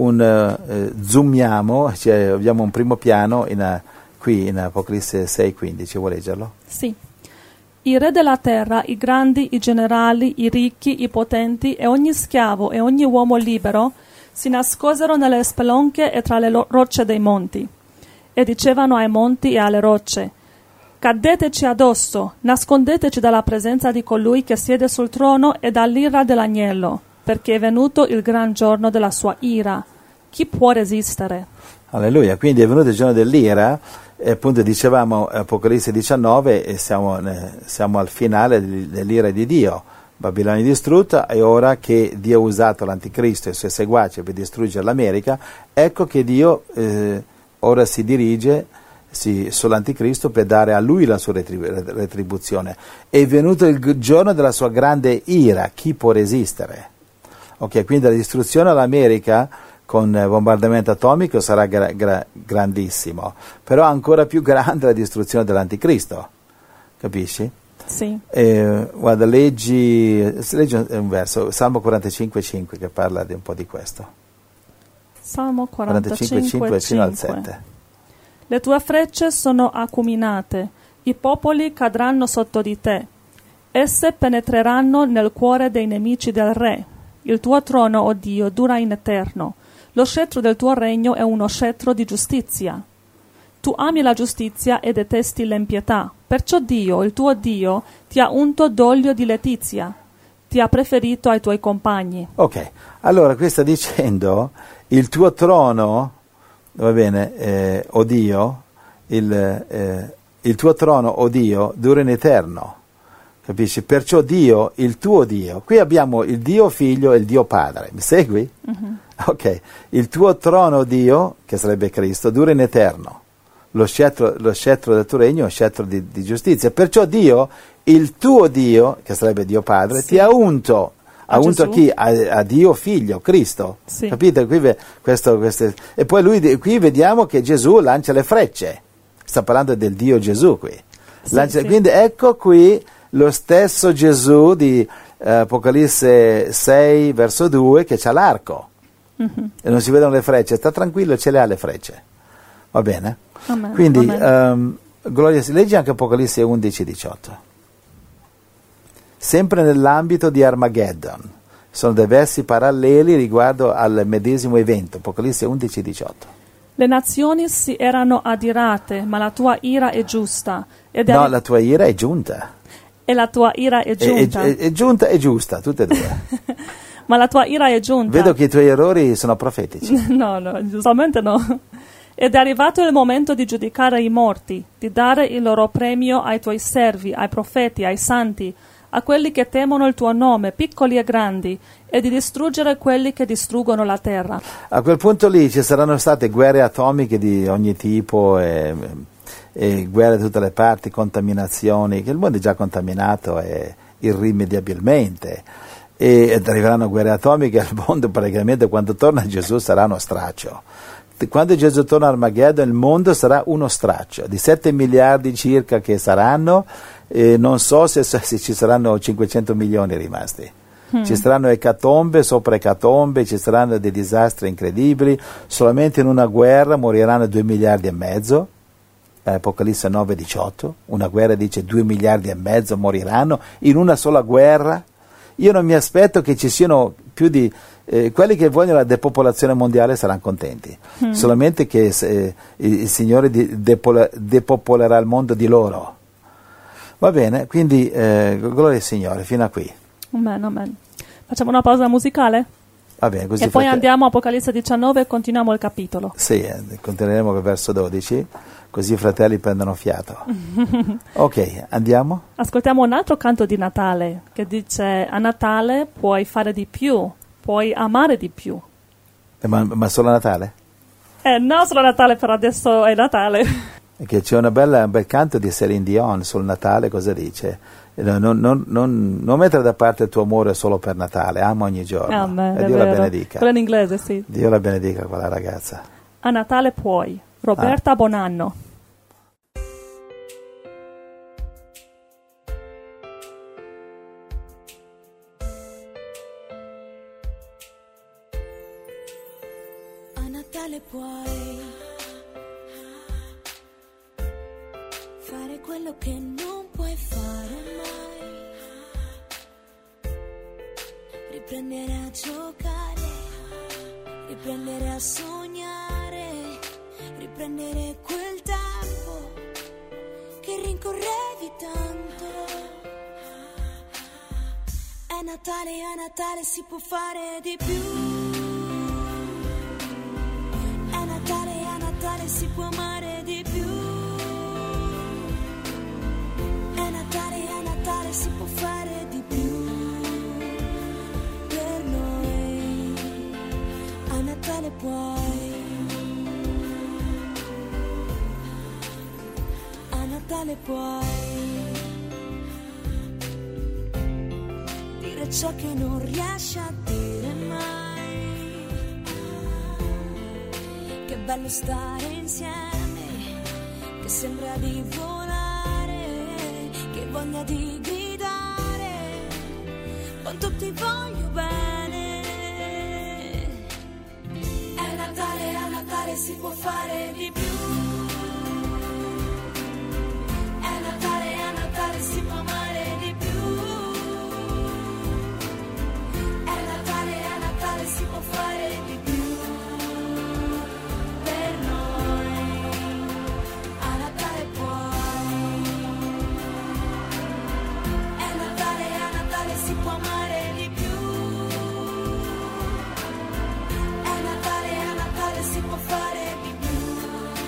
zoomiamo, cioè abbiamo un primo piano qui in Apocalisse 6:15, vuoi leggerlo? Sì. I re della terra, i grandi, i generali, i ricchi, i potenti e ogni schiavo e ogni uomo libero si nascosero nelle spelonche e tra le rocce dei monti, e dicevano ai monti e alle rocce: cadeteci addosso, nascondeteci dalla presenza di colui che siede sul trono e dall'ira dell'agnello, perché è venuto il gran giorno della sua ira. Chi può resistere? Alleluia, quindi è venuto il giorno dell'ira, e appunto dicevamo Apocalisse 19 e siamo al finale dell'ira di Dio. Babilonia distrutta, e ora che Dio ha usato l'anticristo e i suoi seguaci per distruggere l'America, ecco che Dio ora si dirige sull'anticristo per dare a lui la sua retribuzione. È venuto il giorno della sua grande ira, chi può resistere? Ok, quindi la distruzione all'America con bombardamento atomico sarà grandissimo, però ancora più grande la distruzione dell'anticristo, capisci? Sì. Guarda, leggi un verso, Salmo 45:5, che parla di un po' di questo. Salmo 45:5 fino al 7. Le tue frecce sono acuminate, i popoli cadranno sotto di te. Esse penetreranno nel cuore dei nemici del re. Il tuo trono, o Dio, dura in eterno. Lo scettro del tuo regno è uno scettro di giustizia. Tu ami la giustizia e detesti l'impietà. Perciò Dio, il tuo Dio, ti ha unto d'olio di letizia. Ti ha preferito ai tuoi compagni. Ok, allora qui sta dicendo il tuo trono, va bene, o Dio, il tuo trono, o Dio, dura in eterno. Capisci? Perciò Dio, il tuo Dio, qui abbiamo il Dio Figlio e il Dio Padre, mi segui? Ok, il tuo trono, Dio, che sarebbe Cristo, dura in eterno. Lo scettro del tuo regno è un scettro di giustizia. Perciò Dio, il tuo Dio, che sarebbe Dio Padre, ti ha unto. Ha unto chi? A Dio Figlio, Cristo. Sì. Capite? E poi qui vediamo che Gesù lancia le frecce. Sta parlando del Dio Gesù qui. Sì. Quindi ecco qui lo stesso Gesù di Apocalisse 6, verso 2, che c'ha l'arco. E non si vedono le frecce. Sta tranquillo, ce le ha le frecce. Va bene? Amen. Quindi, Amen. Gloria, leggi anche Apocalisse 11, 18. Sempre nell'ambito di Armageddon. Sono dei versi paralleli riguardo al medesimo evento. Apocalisse 11, 18. Le nazioni si erano adirate, ma la tua ira è giusta. No, la tua ira è giunta. E la tua ira è giunta. È giunta e giusta, tutte e due. Ma la tua ira è giunta. Vedo che i tuoi errori sono profetici. No, giustamente no. Ed è arrivato il momento di giudicare i morti, di dare il loro premio ai tuoi servi, ai profeti, ai santi, a quelli che temono il tuo nome, piccoli e grandi, e di distruggere quelli che distruggono la terra. A quel punto lì ci saranno state guerre atomiche di ogni tipo e guerre da tutte le parti, contaminazioni, che il mondo è già contaminato irrimediabilmente. E arriveranno guerre atomiche al mondo, praticamente quando torna Gesù sarà uno straccio. Quando Gesù torna a Armageddon il mondo sarà uno straccio, di 7 miliardi circa che saranno, non so se ci saranno 500 milioni rimasti. Ci saranno ecatombe sopra ecatombe, ci saranno dei disastri incredibili, solamente in una guerra moriranno 2 miliardi e mezzo, Apocalisse 9, 18, una guerra dice 2 miliardi e mezzo moriranno in una sola guerra. Io non mi aspetto che ci siano più di... quelli che vogliono la depopolazione mondiale saranno contenti, solamente che il Signore depopolerà il mondo di loro. Va bene, quindi gloria al Signore, fino a qui. Amen, amen. Facciamo una pausa musicale? Va bene, così e poi andiamo a Apocalisse 19 e continuiamo il capitolo. Sì, continueremo col verso 12, così i fratelli prendono fiato. Ok, andiamo? Ascoltiamo un altro canto di Natale che dice: a Natale puoi fare di più, puoi amare di più. Ma solo a Natale? No, solo a Natale, per adesso è Natale. Che c'è un bel canto di Céline Dion sul Natale, cosa dice? Non mettere da parte il tuo amore solo per Natale, ama ogni giorno. Amen, e Dio la benedica. Quello in inglese, sì. Dio la benedica quella ragazza. A Natale puoi. Roberta Bonanno. A Natale puoi fare quello che non puoi fare mai, riprendere a giocare, riprendere a sognare, riprendere quel tempo che rincorrevi tanto. È Natale, a Natale si può fare di più. È Natale, a Natale si può amare di più. È Natale, a Natale si può fare di più per noi. A Natale puoi. A Natale puoi dire ciò che non riesci a dire mai. Che bello stare insieme, che sembra di volare, che voglia di gridare, quanto ti voglio bene. È Natale, a Natale si può fare di più. È Natale, a Natale si può amare di più. È Natale, a Natale si può fare di più per noi. A Natale puoi. È Natale, a Natale si può amare di più. È Natale, a Natale si può fare di più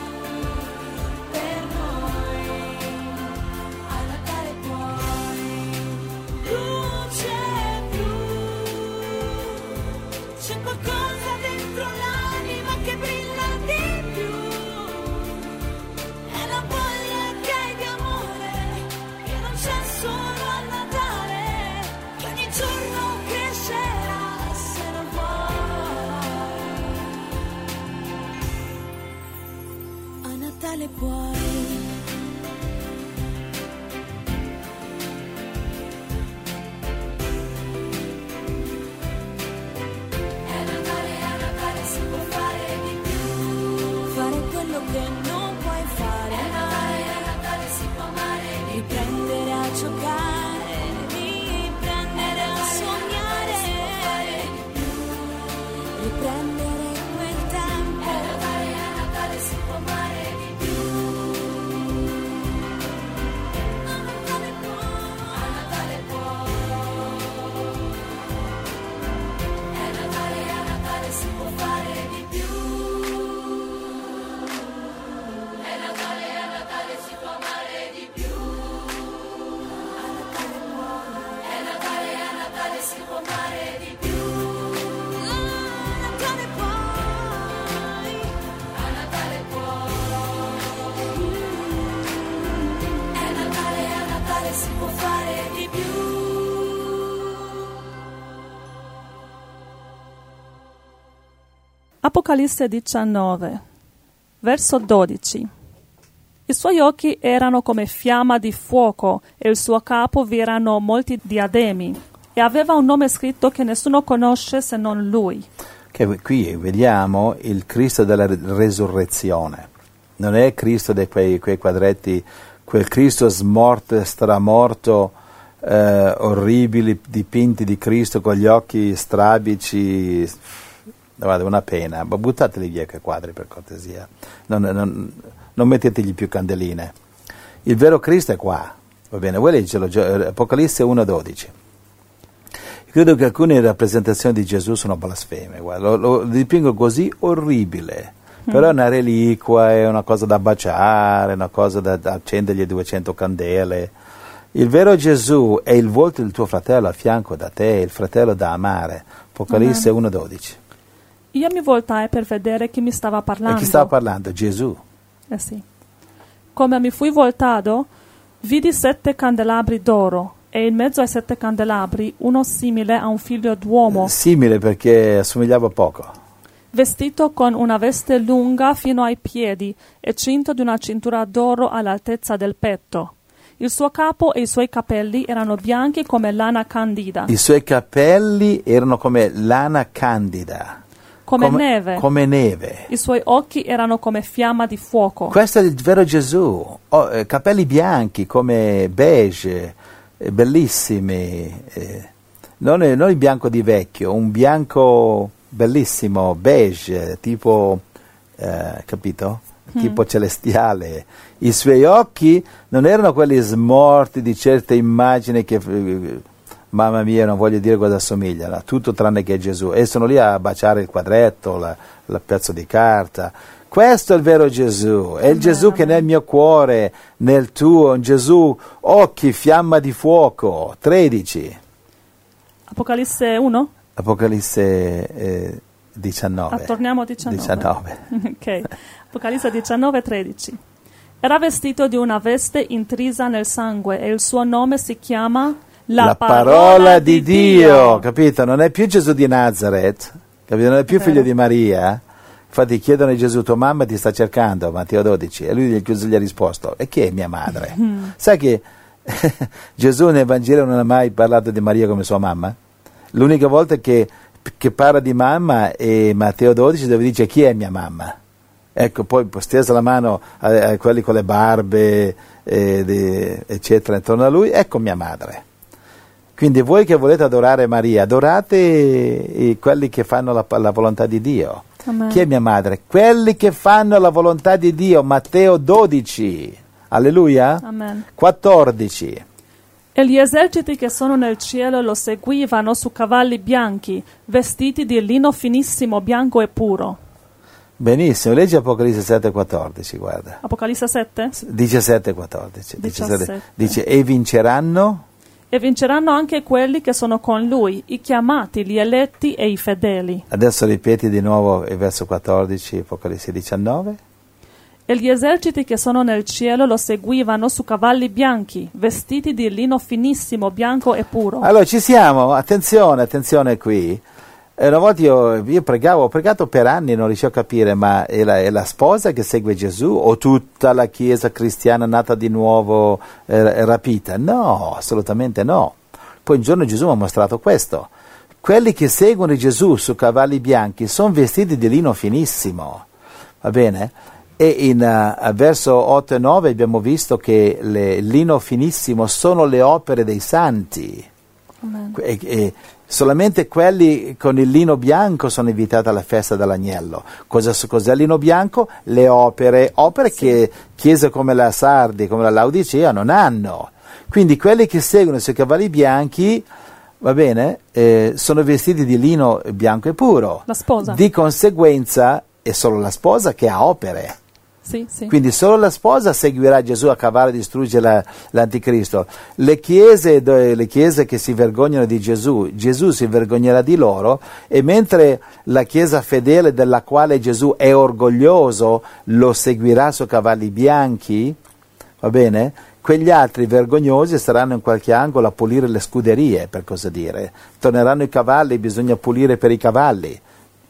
Apocalisse 19, verso 12. I suoi occhi erano come fiamma di fuoco e il suo capo vi erano molti diademi e aveva un nome scritto che nessuno conosce se non lui. Che qui vediamo il Cristo della resurrezione. Non è Cristo di quei quadretti, quel Cristo smorto, stramorto, orribili dipinti di Cristo con gli occhi strabici. Guarda, una pena, ma buttateli via quei quadri per cortesia, non mettetegli più candeline. Il vero Cristo è qua, va bene? Vuoi leggerlo? Apocalisse 1,12. Credo che alcune rappresentazioni di Gesù sono blasfeme, guarda, lo dipingo così orribile, però è una reliquia, è una cosa da baciare, una cosa da accendergli 200 candele. Il vero Gesù è il volto del tuo fratello a fianco da te, il fratello da amare. Apocalisse 1,12. Io mi voltai per vedere chi mi stava parlando. E chi stava parlando? Gesù. Sì. Come mi fui voltato, vidi 7 candelabri d'oro e in mezzo ai 7 candelabri uno simile a un figlio d'uomo. Simile perché assomigliava poco. Vestito con una veste lunga fino ai piedi e cinto di una cintura d'oro all'altezza del petto. Il suo capo e i suoi capelli erano bianchi come lana candida. I suoi capelli erano come lana candida. Come neve. Come neve. I suoi occhi erano come fiamma di fuoco. Questo è il vero Gesù. Capelli bianchi come beige, bellissimi. Non il bianco di vecchio, un bianco bellissimo, beige, tipo, capito? Tipo celestiale. I suoi occhi non erano quelli smorti di certe immagini che... Mamma mia, non voglio dire cosa assomigliano, tutto tranne che Gesù. E sono lì a baciare il quadretto, il pezzo di carta. Questo è il vero Gesù, è il Gesù che nel mio cuore, nel tuo, un Gesù, occhi, fiamma di fuoco. 13. Apocalisse 1? Apocalisse 19. Torniamo a 19. Ok, Apocalisse 19, 13. Era vestito di una veste intrisa nel sangue e il suo nome si chiama... La parola di Dio, capito? Non è più Gesù di Nazareth, capito? Non è più figlio di Maria. Infatti chiedono a Gesù, tua mamma ti sta cercando, Matteo 12, e lui gli ha risposto, e chi è mia madre? Sai che Gesù nel Vangelo non ha mai parlato di Maria come sua mamma? L'unica volta che parla di mamma è Matteo 12, dove dice chi è mia mamma? Ecco, poi stesa la mano a quelli con le barbe, eccetera, intorno a lui, ecco mia madre. Quindi voi che volete adorare Maria, adorate quelli che fanno la volontà di Dio. Amen. Chi è mia madre? Quelli che fanno la volontà di Dio. Matteo 12. Alleluia. Amen. 14. E gli eserciti che sono nel cielo lo seguivano su cavalli bianchi, vestiti di lino finissimo, bianco e puro. Benissimo, leggi Apocalisse 7,14, guarda. Apocalisse 7? 17,14. 17. Dice, e vinceranno... E vinceranno anche quelli che sono con lui, i chiamati, gli eletti e i fedeli. Adesso ripeti di nuovo il verso 14, Apocalisse 19. E gli eserciti che sono nel cielo lo seguivano su cavalli bianchi, vestiti di lino finissimo, bianco e puro. Allora ci siamo, attenzione qui. Una volta io pregavo, ho pregato per anni, non riuscivo a capire, ma è la sposa che segue Gesù o tutta la chiesa cristiana nata di nuovo rapita? No, assolutamente no. Poi un giorno Gesù mi ha mostrato questo. Quelli che seguono Gesù su cavalli bianchi sono vestiti di lino finissimo, va bene? E in verso 8 e 9 abbiamo visto che il lino finissimo sono le opere dei santi. Amen. E solamente quelli con il lino bianco sono invitati alla festa dell'agnello. Cos'è il lino bianco? Le opere sì. Che chiese come la Sardi, come la Laodicea non hanno. Quindi quelli che seguono sui cavalli bianchi, va bene, sono vestiti di lino bianco e puro. La sposa. Di conseguenza è solo la sposa che ha opere. Sì, sì. Quindi solo la sposa seguirà Gesù a cavallo e distruggere l'anticristo. Le chiese che si vergognano di Gesù si vergognerà di loro, e mentre la chiesa fedele della quale Gesù è orgoglioso lo seguirà su cavalli bianchi, va bene? Quegli altri vergognosi saranno in qualche angolo a pulire le scuderie, per così dire. Torneranno i cavalli, bisogna pulire per i cavalli.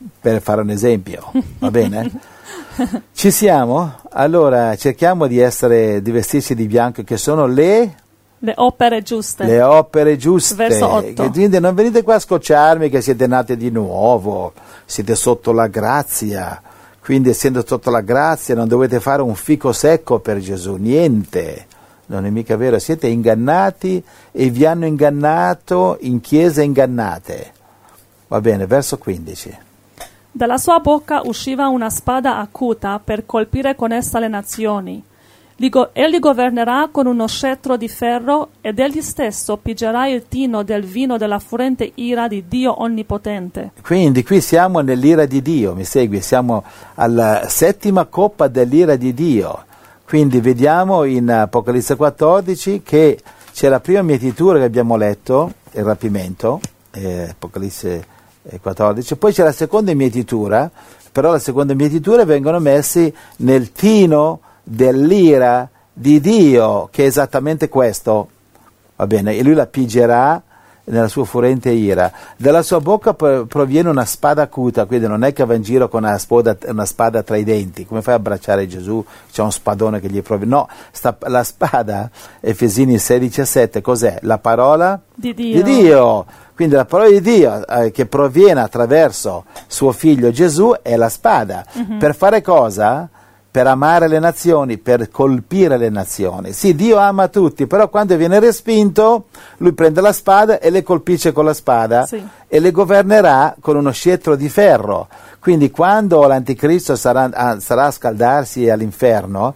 per fare un esempio, va bene? Ci siamo? Allora cerchiamo di vestirci di bianco, che sono le opere giuste. Le opere giuste. Verso 8. Quindi non venite qua a scocciarmi che siete nati di nuovo, siete sotto la grazia. Quindi essendo sotto la grazia non dovete fare un fico secco per Gesù, niente. Non è mica vero, siete ingannati e vi hanno ingannato in chiese ingannate. Va bene, verso 15. Dalla sua bocca usciva una spada acuta per colpire con essa le nazioni. Egli governerà con uno scettro di ferro ed egli stesso pigerà il tino del vino della furente ira di Dio Onnipotente. Quindi qui siamo nell'ira di Dio, mi segui? Siamo alla settima coppa dell'ira di Dio. Quindi vediamo in Apocalisse 14 che c'è la prima mietitura che abbiamo letto, il rapimento, Apocalisse 14, poi c'è la seconda mietitura, però la seconda mietitura vengono messi nel tino dell'ira di Dio, che è esattamente questo, va bene, e lui la pigerà nella sua furente ira. Dalla sua bocca proviene una spada acuta, quindi non è che va in giro con una spada tra i denti. Come fai a abbracciare Gesù? C'è un spadone che gli proviene. No, la spada, Efesini 6,17, cos'è? La parola di Dio. Di Dio. Quindi la parola di Dio che proviene attraverso suo figlio Gesù è la spada. Per fare cosa? Per amare le nazioni, per colpire le nazioni. Sì, Dio ama tutti, però quando viene respinto, lui prende la spada e le colpisce con la spada, sì, e le governerà con uno scettro di ferro. Quindi quando l'anticristo sarà a scaldarsi all'inferno,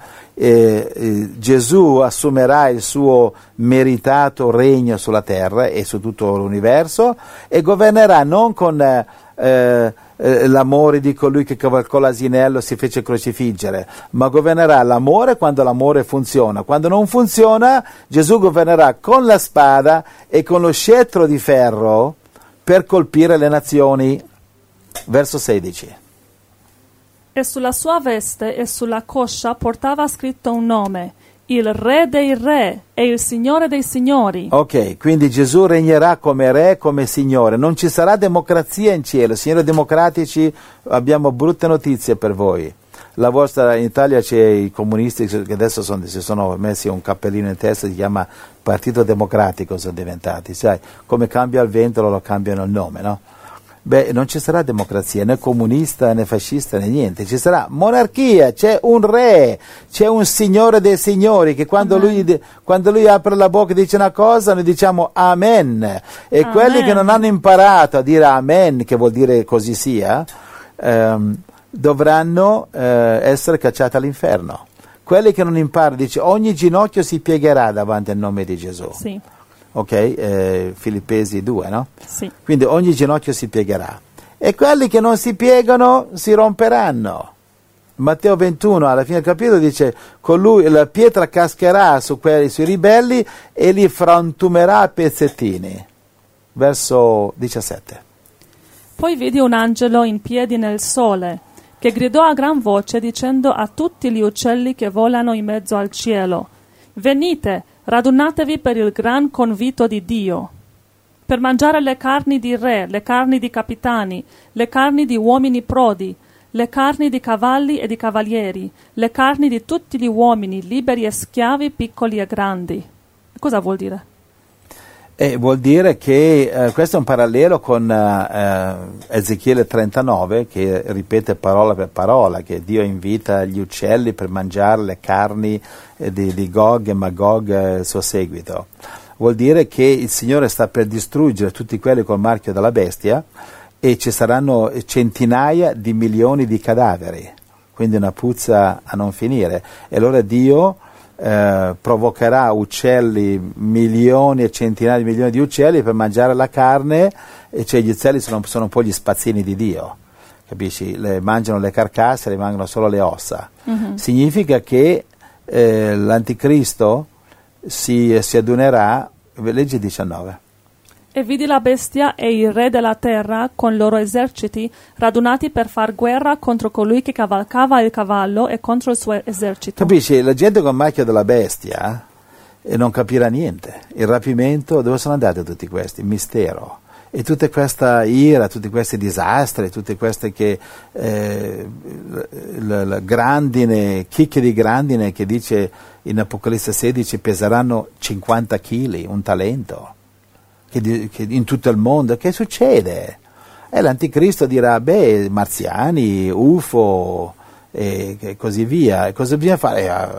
Gesù assumerà il suo meritato regno sulla terra e su tutto l'universo e governerà non con l'amore di colui che cavalcò l'asinello e si fece crocifiggere, ma governerà l'amore quando l'amore funziona. Quando non funziona, Gesù governerà con la spada e con lo scettro di ferro per colpire le nazioni. Verso 16. E sulla sua veste e sulla coscia portava scritto un nome: il Re dei Re e il Signore dei Signori. Ok, quindi Gesù regnerà come Re, come Signore. Non ci sarà democrazia in cielo. Signori democratici, abbiamo brutte notizie per voi. In Italia c'è i comunisti che adesso si sono messi un cappellino in testa, si chiama Partito Democratico, sono diventati. Sai, come cambia il vento lo cambiano il nome, no? Beh, non ci sarà democrazia, né comunista né fascista né niente, ci sarà monarchia, c'è un re, c'è un Signore dei Signori che quando lui apre la bocca e dice una cosa noi diciamo Amen, e Amen. Quelli che non hanno imparato a dire Amen, che vuol dire così sia, dovranno essere cacciati all'inferno. Quelli che non imparano, dice ogni ginocchio si piegherà davanti al nome di Gesù. Sì. Ok, Filippesi 2, no? Sì. Quindi ogni ginocchio si piegherà. E quelli che non si piegano si romperanno. Matteo 21, alla fine del capitolo, dice con lui la pietra cascherà sui ribelli e li frantumerà a pezzettini. Verso 17. Poi vidi un angelo in piedi nel sole, che gridò a gran voce dicendo a tutti gli uccelli che volano in mezzo al cielo: venite, radunatevi per il gran convito di Dio, per mangiare le carni di re, le carni di capitani, le carni di uomini prodi, le carni di cavalli e di cavalieri, le carni di tutti gli uomini, liberi e schiavi, piccoli e grandi. Cosa vuol dire? Vuol dire che questo è un parallelo con Ezechiele 39, che ripete parola per parola, che Dio invita gli uccelli per mangiare le carni di Gog e Magog, il suo seguito. Vuol dire che il Signore sta per distruggere tutti quelli col marchio della bestia e ci saranno centinaia di milioni di cadaveri, quindi una puzza a non finire. E allora Dio provocherà uccelli, milioni e centinaia di milioni di uccelli per mangiare la carne, e cioè gli uccelli sono un po' gli spazzini di Dio, capisci? Mangiano le carcasse, rimangono solo le ossa. Significa che l'anticristo si adunerà. Legge 19. E vidi la bestia e il re della terra con loro eserciti radunati per far guerra contro colui che cavalcava il cavallo e contro il suo esercito. Capisci? La gente con macchia della bestia non capirà niente. Il rapimento, dove sono andati tutti questi? Mistero. E tutta questa ira, tutti questi disastri, tutte queste che la grandine, chicche di grandine che dice in Apocalisse 16 peseranno 50 kg, un talento, che in tutto il mondo. Che succede? E l'anticristo dirà, marziani, UFO e così via. E cosa bisogna fare?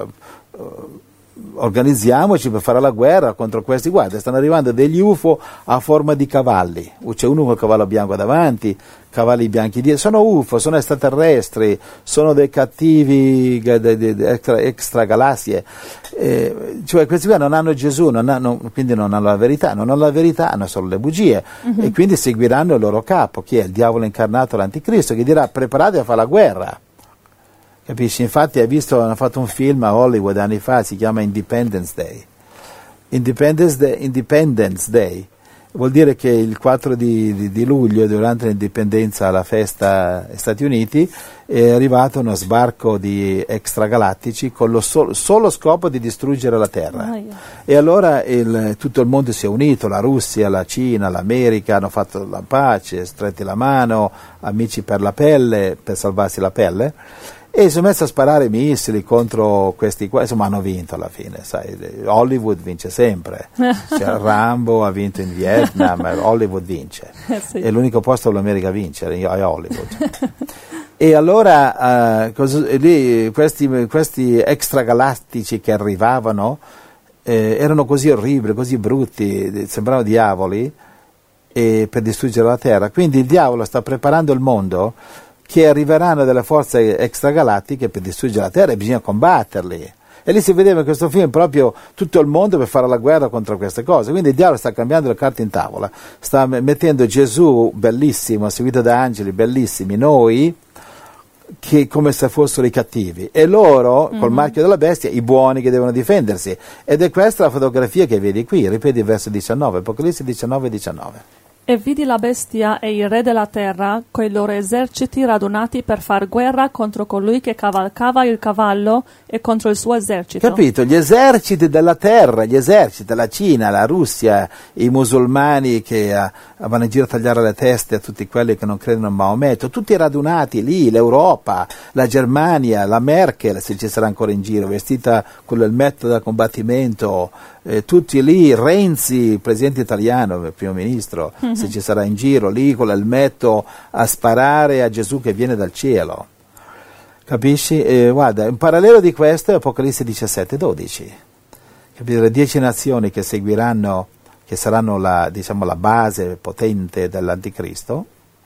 Organizziamoci per fare la guerra contro questi. Guarda, stanno arrivando degli UFO a forma di cavalli. C'è uno col cavallo bianco davanti, cavalli bianchi dietro. Sono UFO, sono extraterrestri, sono dei cattivi extra galassie. Cioè questi qua non hanno Gesù, quindi non hanno la verità. Non hanno la verità, hanno solo le bugie. E quindi seguiranno il loro capo, chi è il diavolo incarnato, l'anticristo, che dirà preparatevi a fare la guerra. Capisci? Infatti hanno fatto un film a Hollywood anni fa, si chiama Independence Day. Independence Day vuol dire che il 4 di luglio, durante l'indipendenza alla festa negli Stati Uniti, è arrivato uno sbarco di extragalattici con lo solo scopo di distruggere la Terra. E allora tutto il mondo si è unito, la Russia, la Cina, l'America, hanno fatto la pace, stretti la mano, amici per la pelle, per salvarsi la pelle. E si sono messi a sparare missili contro questi qua, insomma hanno vinto alla fine, sai, Hollywood vince sempre, cioè, Rambo ha vinto in Vietnam, Hollywood vince, sì. È l'unico posto dove l'America vince, è Hollywood. E allora lì, questi extragalattici che arrivavano erano così orribili, così brutti, sembravano diavoli per distruggere la Terra, quindi il diavolo sta preparando il mondo che arriveranno delle forze extragalattiche per distruggere la Terra e bisogna combatterli. E lì si vedeva in questo film proprio tutto il mondo per fare la guerra contro queste cose. Quindi il diavolo sta cambiando le carte in tavola, sta mettendo Gesù, bellissimo, seguito da angeli bellissimi, noi, che come se fossero i cattivi, e loro, col marchio della bestia, i buoni che devono difendersi. Ed è questa la fotografia che vedi qui, ripeti il verso 19, Apocalisse 19:19. E vidi la bestia e il re della terra, coi loro eserciti radunati per far guerra contro colui che cavalcava il cavallo e contro il suo esercito. Capito? Gli eserciti della terra, gli eserciti, la Cina, la Russia, i musulmani che vanno in giro a tagliare le teste a tutti quelli che non credono in Maometto, tutti radunati lì, l'Europa, la Germania, la Merkel, se ci sarà ancora in giro, vestita con l'elmetto da combattimento, tutti lì, Renzi, presidente italiano, il primo ministro, se ci sarà in giro lì con l'elmetto a sparare a Gesù che viene dal cielo. Capisci? Guarda, in parallelo di questo è Apocalisse 17:12. Capite? Le 10 nazioni che seguiranno, che saranno la base potente dell'anticristo.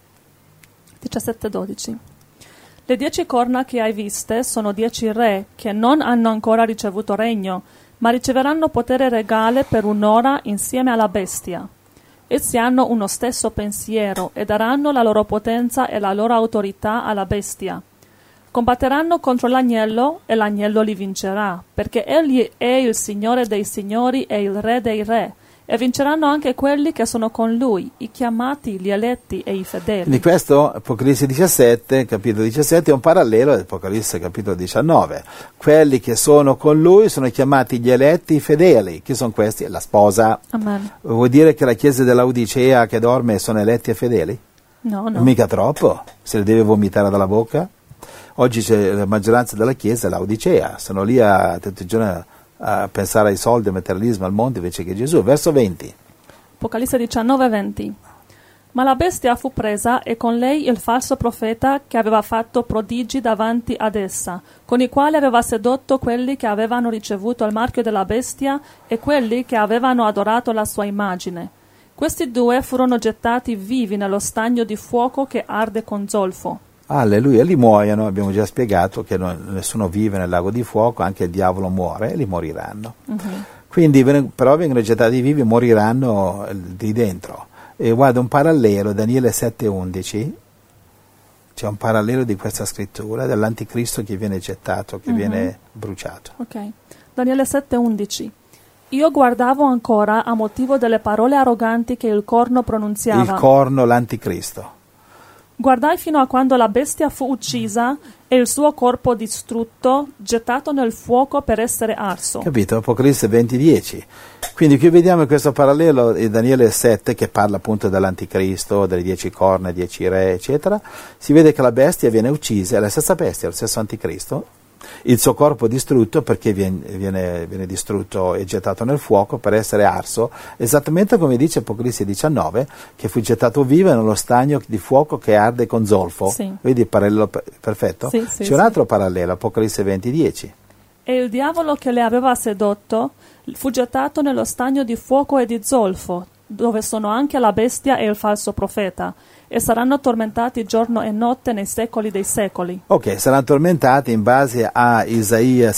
17:12. Le 10 corna che hai viste sono 10 re che non hanno ancora ricevuto regno, ma riceveranno potere regale per un'ora insieme alla bestia. Essi hanno uno stesso pensiero e daranno la loro potenza e la loro autorità alla bestia. Combatteranno contro l'agnello e l'agnello li vincerà, perché egli è il Signore dei signori e il Re dei re, e vinceranno anche quelli che sono con lui, i chiamati, gli eletti e i fedeli. Quindi questo, Apocalisse 17, capitolo 17, è un parallelo all'Apocalisse capitolo 19. Quelli che sono con lui sono chiamati gli eletti, i fedeli. Chi sono questi? La sposa. Amen. Vuol dire che la chiesa dell'Odicea che dorme sono eletti e fedeli? No. Mica troppo, se le deve vomitare dalla bocca. Oggi c'è la maggioranza della chiesa è l'Odicea, sono lì tutti i giorni a pensare ai soldi, al materialismo, al mondo invece che Gesù. Verso 20. Apocalisse 19:20. Ma la bestia fu presa e con lei il falso profeta che aveva fatto prodigi davanti ad essa, con i quali aveva sedotto quelli che avevano ricevuto il marchio della bestia e quelli che avevano adorato la sua immagine. Questi due furono gettati vivi nello stagno di fuoco che arde con zolfo. Alleluia, lì muoiono, abbiamo già spiegato che nessuno vive nel lago di fuoco, anche il diavolo muore e lì moriranno. Quindi però vengono gettati vivi e moriranno di dentro. E guarda un parallelo, Daniele 7:11, c'è un parallelo di questa scrittura dell'anticristo che viene gettato, che viene bruciato. Ok, Daniele 7:11. Io guardavo ancora a motivo delle parole arroganti che il corno pronunziava. Il corno, l'anticristo. Guardai fino a quando la bestia fu uccisa e il suo corpo distrutto, gettato nel fuoco per essere arso. Capito? Apocalisse 20:10. Quindi qui vediamo in questo parallelo in Daniele 7, che parla appunto dell'anticristo, delle 10 corna, 10 re, eccetera. Si vede che la bestia viene uccisa, è la stessa bestia, lo stesso anticristo, il suo corpo distrutto perché viene distrutto e gettato nel fuoco per essere arso, esattamente come dice Apocalisse 19, che fu gettato vivo nello stagno di fuoco che arde con zolfo. Sì. Vedi il parallelo perfetto? Sì, sì, C'è un altro parallelo, Apocalisse 20:10. E il diavolo che le aveva sedotto fu gettato nello stagno di fuoco e di zolfo, dove sono anche la bestia e il falso profeta, e saranno tormentati giorno e notte nei secoli dei secoli. Ok, saranno tormentati in base a Isaia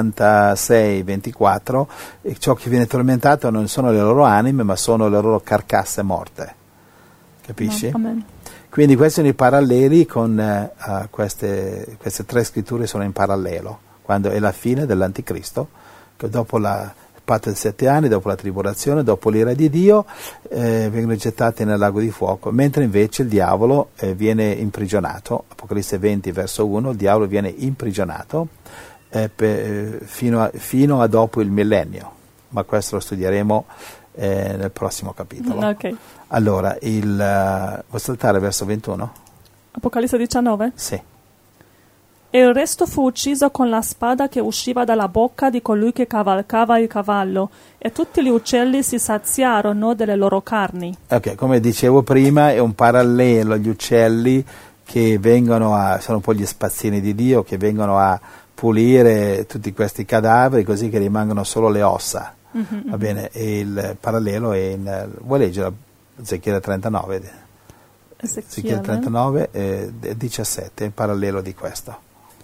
66:24, e ciò che viene tormentato non sono le loro anime, ma sono le loro carcasse morte. Capisci? Amen. Quindi questi sono i paralleli con queste tre scritture sono in parallelo, quando è la fine dell'anticristo, che dopo la patto di 7 anni, dopo la tribolazione, dopo l'ira di Dio, vengono gettati nel lago di fuoco, mentre invece il diavolo viene imprigionato. Apocalisse 20 verso 1, il diavolo viene imprigionato fino a dopo il millennio, ma questo lo studieremo nel prossimo capitolo. Ok. Allora, vuoi saltare verso 21? Apocalisse 19? Sì. E il resto fu ucciso con la spada che usciva dalla bocca di colui che cavalcava il cavallo, e tutti gli uccelli si saziarono delle loro carni. Ok, come dicevo prima, è un parallelo agli uccelli che sono un po' gli spazzini di Dio, che vengono a pulire tutti questi cadaveri così che rimangono solo le ossa. Mm-hmm. Va bene, e il parallelo è vuoi leggere Ezechiele 39? Ezechiele 39 17, è il parallelo di questo.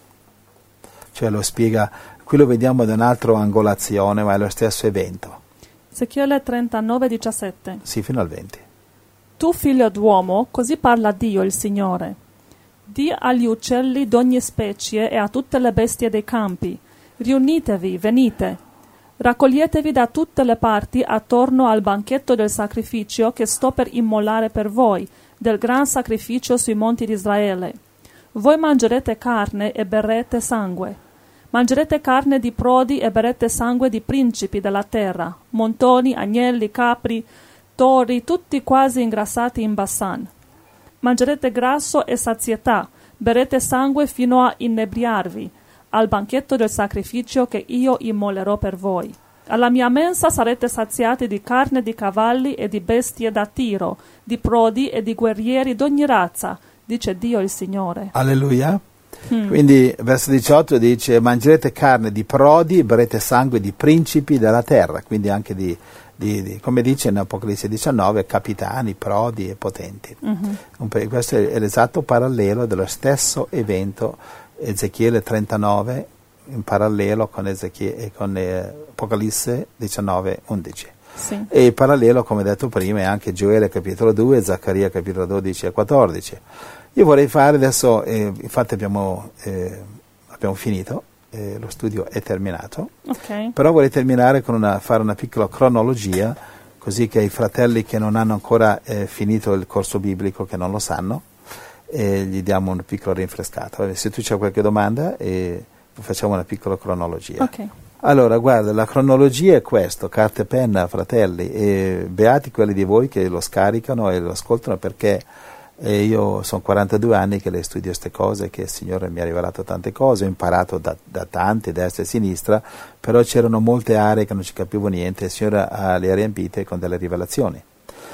Cioè lo spiega, qui lo vediamo da un'altra angolazione, ma è lo stesso evento. Ezechiele 39, 17. Sì, fino al 20. Tu, figlio d'uomo, così parla Dio il Signore. Di agli uccelli d'ogni specie e a tutte le bestie dei campi: riunitevi, venite. Raccoglietevi da tutte le parti attorno al banchetto del sacrificio che sto per immolare per voi, del gran sacrificio sui monti di Israele. Voi mangerete carne e berrete sangue. Mangerete carne di prodi e berrete sangue di principi della terra, montoni, agnelli, capri, tori, tutti quasi ingrassati in Bassan. Mangerete grasso e sazietà, berrete sangue fino a inebriarvi, al banchetto del sacrificio che io immolerò per voi. Alla mia mensa sarete saziati di carne di cavalli e di bestie da tiro, di prodi e di guerrieri d'ogni razza, dice Dio il Signore. Alleluia. Quindi verso 18 dice: mangerete carne di prodi, berrete sangue di principi della terra, quindi anche di come dice in Apocalisse 19, capitani, prodi e potenti. Questo è l'esatto parallelo dello stesso evento Ezechiele 39 in parallelo con Apocalisse 19, 11. Sì. E il parallelo, come detto prima, è anche Gioele capitolo 2, Zaccaria capitolo 12 e 14. Io vorrei fare adesso, infatti abbiamo finito, lo studio è terminato, Okay. però vorrei terminare con fare una piccola cronologia, così che i fratelli che non hanno ancora finito il corso biblico, che non lo sanno, gli diamo una piccola rinfrescata. Se tu c'hai qualche domanda, facciamo una piccola cronologia. Ok. Allora, guarda, la cronologia è questo, carta e penna, fratelli, e beati quelli di voi che lo scaricano e lo ascoltano, perché io sono 42 anni che le studio queste cose, che il Signore mi ha rivelato tante cose, ho imparato da tanti, destra e sinistra, però c'erano molte aree che non ci capivo niente, il Signore le ha riempite con delle rivelazioni.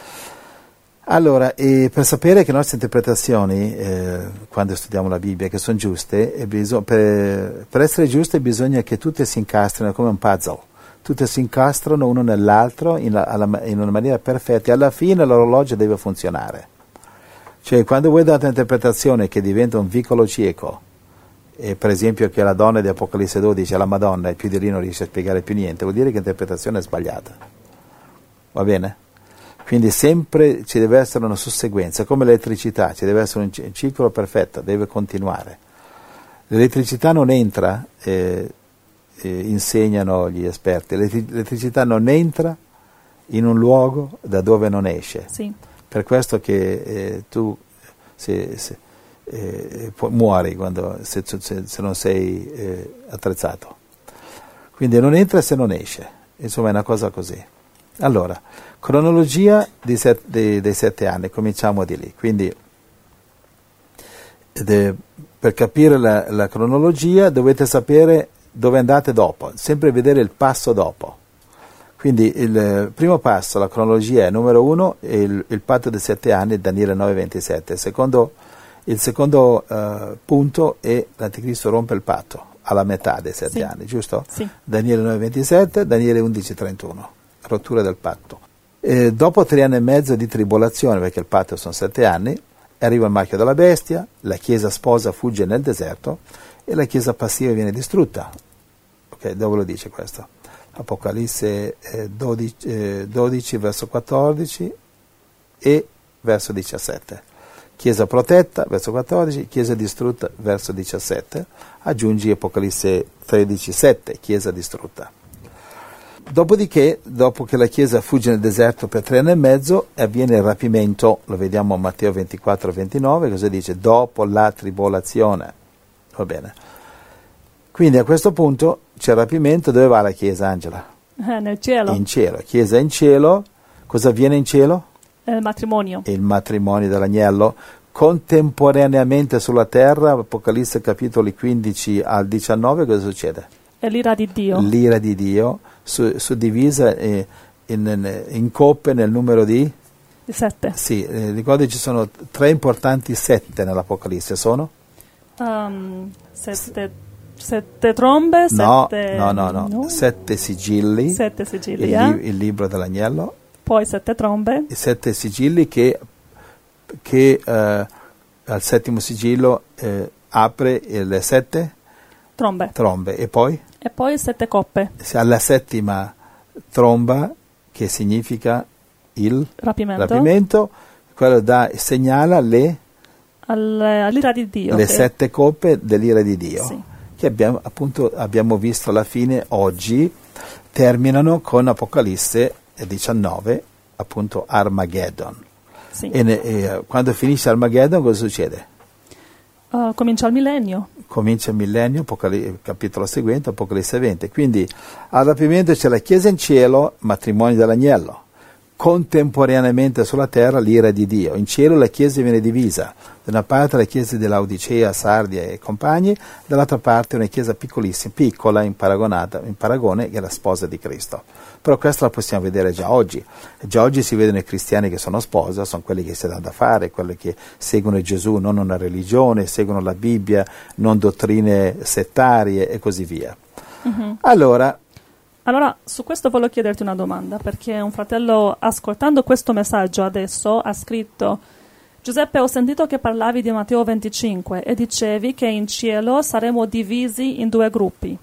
Allora, per sapere che le nostre interpretazioni, quando studiamo la Bibbia, che sono giuste, per essere giuste bisogna che tutte si incastrino come un puzzle, tutte si incastrano uno nell'altro in una maniera perfetta, e alla fine l'orologio deve funzionare. Cioè, quando voi date un'interpretazione che diventa un vicolo cieco, per esempio che la donna di Apocalisse 12 è la Madonna e più di lì non riesce a spiegare più niente, vuol dire che l'interpretazione è sbagliata. Va bene? Quindi sempre ci deve essere una susseguenza, come l'elettricità, ci deve essere un ciclo perfetto, deve continuare. L'elettricità non entra, insegnano gli esperti, l'elettricità non entra in un luogo da dove non esce. Sì. Per questo che tu, muori se non sei attrezzato. Quindi non entra se non esce, insomma è una cosa così. Allora, cronologia dei 7 anni, cominciamo di lì. Quindi per capire la cronologia dovete sapere dove andate dopo, sempre vedere il passo dopo. Quindi il primo passo, la cronologia è numero 1, il patto dei 7 anni, Daniele 9:27. Il secondo punto è l'Anticristo rompe il patto alla metà dei 7 anni, giusto? Sì. Daniele 9:27, Daniele 11:31, rottura del patto. Dopo 3 anni e mezzo di tribolazione, perché il patto sono 7 anni, arriva il marchio della bestia, la chiesa sposa fugge nel deserto e la chiesa passiva viene distrutta. Ok, dove lo dice questo? Apocalisse 12 verso 14 e verso 17. Chiesa protetta, verso 14, chiesa distrutta, verso 17. Aggiungi Apocalisse 13, 7, chiesa distrutta. Dopodiché, dopo che la chiesa fugge nel deserto per 3 anni e mezzo, avviene il rapimento, lo vediamo a Matteo 24, 29, cosa dice? Dopo la tribolazione. Va bene. Quindi a questo punto c'è il rapimento, dove va la chiesa, Angela? Nel cielo. In cielo, chiesa in cielo, cosa avviene in cielo? Il matrimonio. Il matrimonio dell'agnello. Contemporaneamente sulla terra, Apocalisse capitoli 15 al 19, cosa succede? È l'ira di Dio. L'ira di Dio, suddivisa in coppe nel numero di? 7. Sì, ricordi ci sono 3 importanti 7 nell'Apocalisse, sono? 7 trombe, No, 7... no. 7 sigilli. 7 sigilli, il libro dell'agnello. Poi 7 trombe. I 7 sigilli che al settimo sigillo apre le 7 trombe. E poi? E poi 7 coppe. Alla settima tromba, che significa il rapimento, quello segnala all'ira di Dio. Le 7 coppe dell'ira di Dio. Sì. Che abbiamo visto alla fine oggi, terminano con Apocalisse 19, appunto Armageddon. Sì. E quando finisce Armageddon cosa succede? Comincia il millennio. Comincia il millennio, capitolo seguente, Apocalisse 20. Quindi al rapimento c'è la chiesa in cielo, matrimonio dell'agnello. Contemporaneamente sulla terra l'ira di Dio. In cielo la chiesa viene divisa. Da una parte la chiesa di Laodicea, Sardia e compagni, dall'altra parte una chiesa piccolissima, piccola in paragone, che è la sposa di Cristo. Però questo la possiamo vedere già oggi. Già oggi si vedono i cristiani che sono sposa, sono quelli che si danno da fare, quelli che seguono Gesù, non una religione, seguono la Bibbia, non dottrine settarie e così via. Uh-huh. Allora, su questo voglio chiederti una domanda, perché un fratello, ascoltando questo messaggio adesso, ha scritto: Giuseppe, ho sentito che parlavi di Matteo 25 e dicevi che in cielo saremo divisi in 2 gruppi.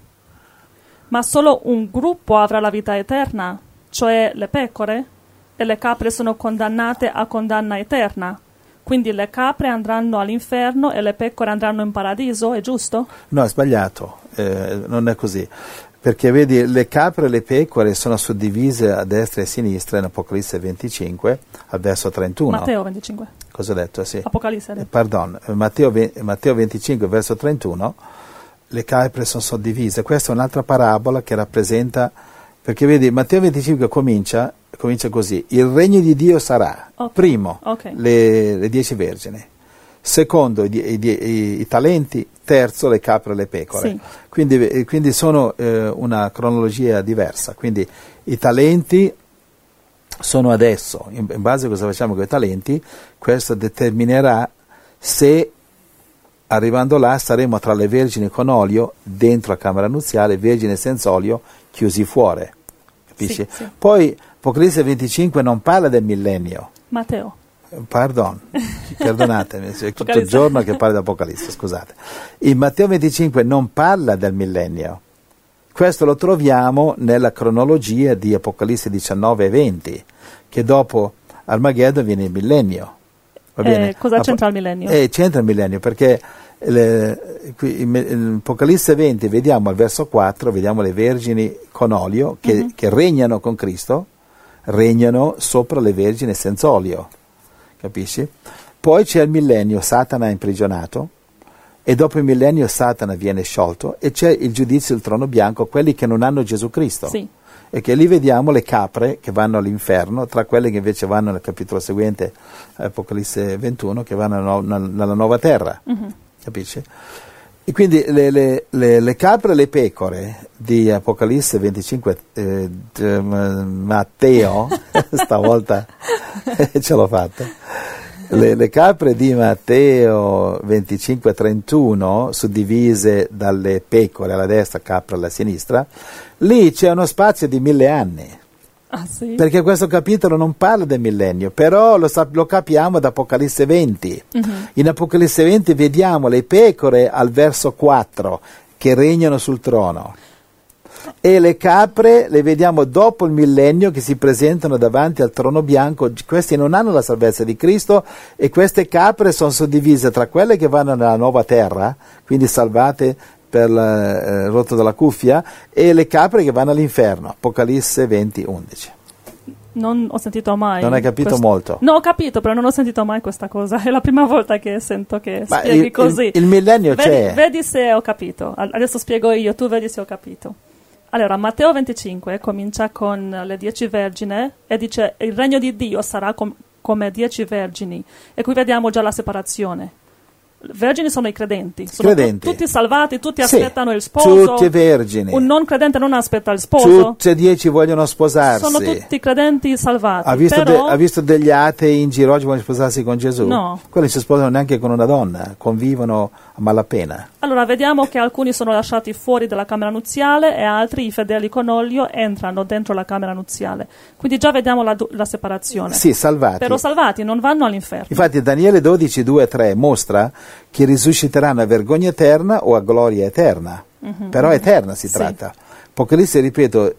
Ma solo un gruppo avrà la vita eterna, cioè le pecore, e le capre sono condannate a condanna eterna. Quindi le capre andranno all'inferno e le pecore andranno in paradiso, è giusto? No, è sbagliato, non è così. Perché vedi, le capre e le pecore sono suddivise a destra e a sinistra in Apocalisse 25, al verso 31. Matteo 25. Cosa ho detto? Sì. Apocalisse. Pardon, Matteo 25, verso 31, le capre sono suddivise. Questa è un'altra parabola che rappresenta, perché vedi, Matteo 25 comincia così: il regno di Dio sarà, primo, le 10 vergini, secondo i talenti, terzo le capre e le pecore. Sì. Quindi sono una cronologia diversa. Quindi i talenti sono adesso, in base a cosa facciamo con i talenti, questo determinerà se arrivando là saremo tra le vergini con olio dentro la camera nuziale, vergini senza olio chiusi fuori. Capisci? Sì. Poi Apocalisse 25 non parla del millennio. Matteo. Perdonatemi, è tutto il giorno che parla di Apocalisse, scusate. In Matteo 25 non parla del millennio. Questo lo troviamo nella cronologia di Apocalisse 19 e 20, che dopo Armageddon viene il millennio. Va bene? Cosa c'entra il millennio? C'entra il millennio perché in Apocalisse 20 vediamo al verso 4, vediamo le vergini con olio che regnano con Cristo, regnano sopra le vergini senza olio. Capisci? Poi c'è il millennio, Satana è imprigionato, e dopo il millennio Satana viene sciolto, e c'è il giudizio del trono bianco, quelli che non hanno Gesù Cristo. Sì. E che lì vediamo le capre che vanno all'inferno, tra quelle che invece vanno nel capitolo seguente, Apocalisse 21, che vanno nella nuova terra. Capisci? E quindi le capre e le pecore di Apocalisse 25, Matteo, stavolta ce l'ho fatta, le capre di Matteo 25-31, suddivise dalle pecore alla destra, capre alla sinistra, lì c'è uno spazio di 1000 anni. Ah, sì? Perché questo capitolo non parla del millennio, però lo capiamo da Apocalisse 20. In Apocalisse 20 vediamo le pecore al verso 4 che regnano sul trono, e le capre le vediamo dopo il millennio che si presentano davanti al trono bianco. Questi non hanno la salvezza di Cristo, e queste capre sono suddivise tra quelle che vanno nella nuova terra, quindi salvate per il rotto della cuffia, e le capre che vanno all'inferno. Apocalisse 20:11. Non ho sentito mai. Non hai capito questo. molto? No, ho capito, però non ho sentito mai questa cosa. È la prima volta che sento che Ma spieghi così. Il millennio c'è. Vedi se ho capito. Adesso spiego io, tu vedi se ho capito. Allora, Matteo 25 comincia con le 10 vergini e dice: il regno di Dio sarà come 10 vergini. E qui vediamo già la separazione. Vergini sono i credenti, sono tutti salvati, tutti aspettano il sposo. Tutti vergini. Un non credente non aspetta il sposo. Tutti e 10 vogliono sposarsi. Sono tutti credenti salvati. Ha visto degli atei in giro oggi vogliono sposarsi con Gesù? No. Quelli non si sposano neanche con una donna, convivono a malapena. Allora vediamo che alcuni sono lasciati fuori dalla camera nuziale e altri, i fedeli con olio, entrano dentro la camera nuziale. Quindi già vediamo la separazione. Sì, salvati. Però salvati, non vanno all'inferno. Infatti Daniele 12, 2 e 3 mostra che risusciteranno a vergogna eterna o a gloria eterna. Però eterna si tratta. Apocalisse, ripeto,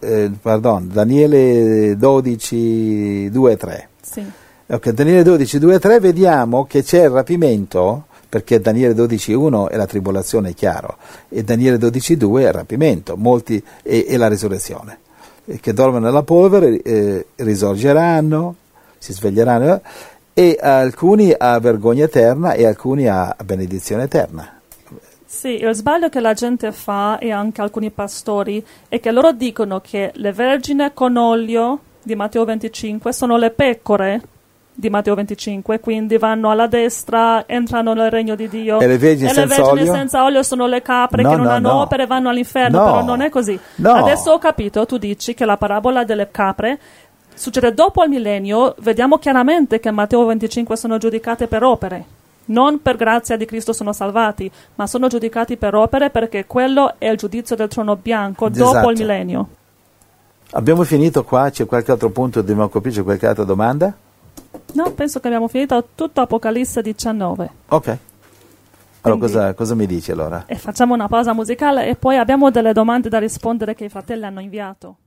Daniele 12, 2 e 3. Sì. Ok, Daniele 12, 2 e 3 vediamo che c'è il rapimento, perché Daniele 12.1 è la tribolazione, è chiaro, e Daniele 12.2 è il rapimento, molti è la risurrezione, che dormono nella polvere risorgeranno, si sveglieranno, e alcuni a vergogna eterna e alcuni a benedizione eterna. Sì, il sbaglio che la gente fa, e anche alcuni pastori, è che loro dicono che le vergini con olio di Matteo 25 sono le pecore di Matteo 25, quindi vanno alla destra, entrano nel regno di Dio, e le vergini senza olio sono le capre che non hanno opere e vanno all'inferno. Però non è così. Adesso ho capito, tu dici che la parabola delle capre succede dopo il millennio. Vediamo chiaramente che in Matteo 25 sono giudicate per opere, non per grazia di Cristo sono salvati, ma sono giudicati per opere, perché quello è il giudizio del trono bianco dopo il millennio. Abbiamo finito qua? C'è qualche altro punto che dobbiamo capire? C'è qualche altra domanda? No, penso che abbiamo finito tutto Apocalisse 19. Ok. Allora cosa mi dici allora? E facciamo una pausa musicale e poi abbiamo delle domande da rispondere che i fratelli hanno inviato.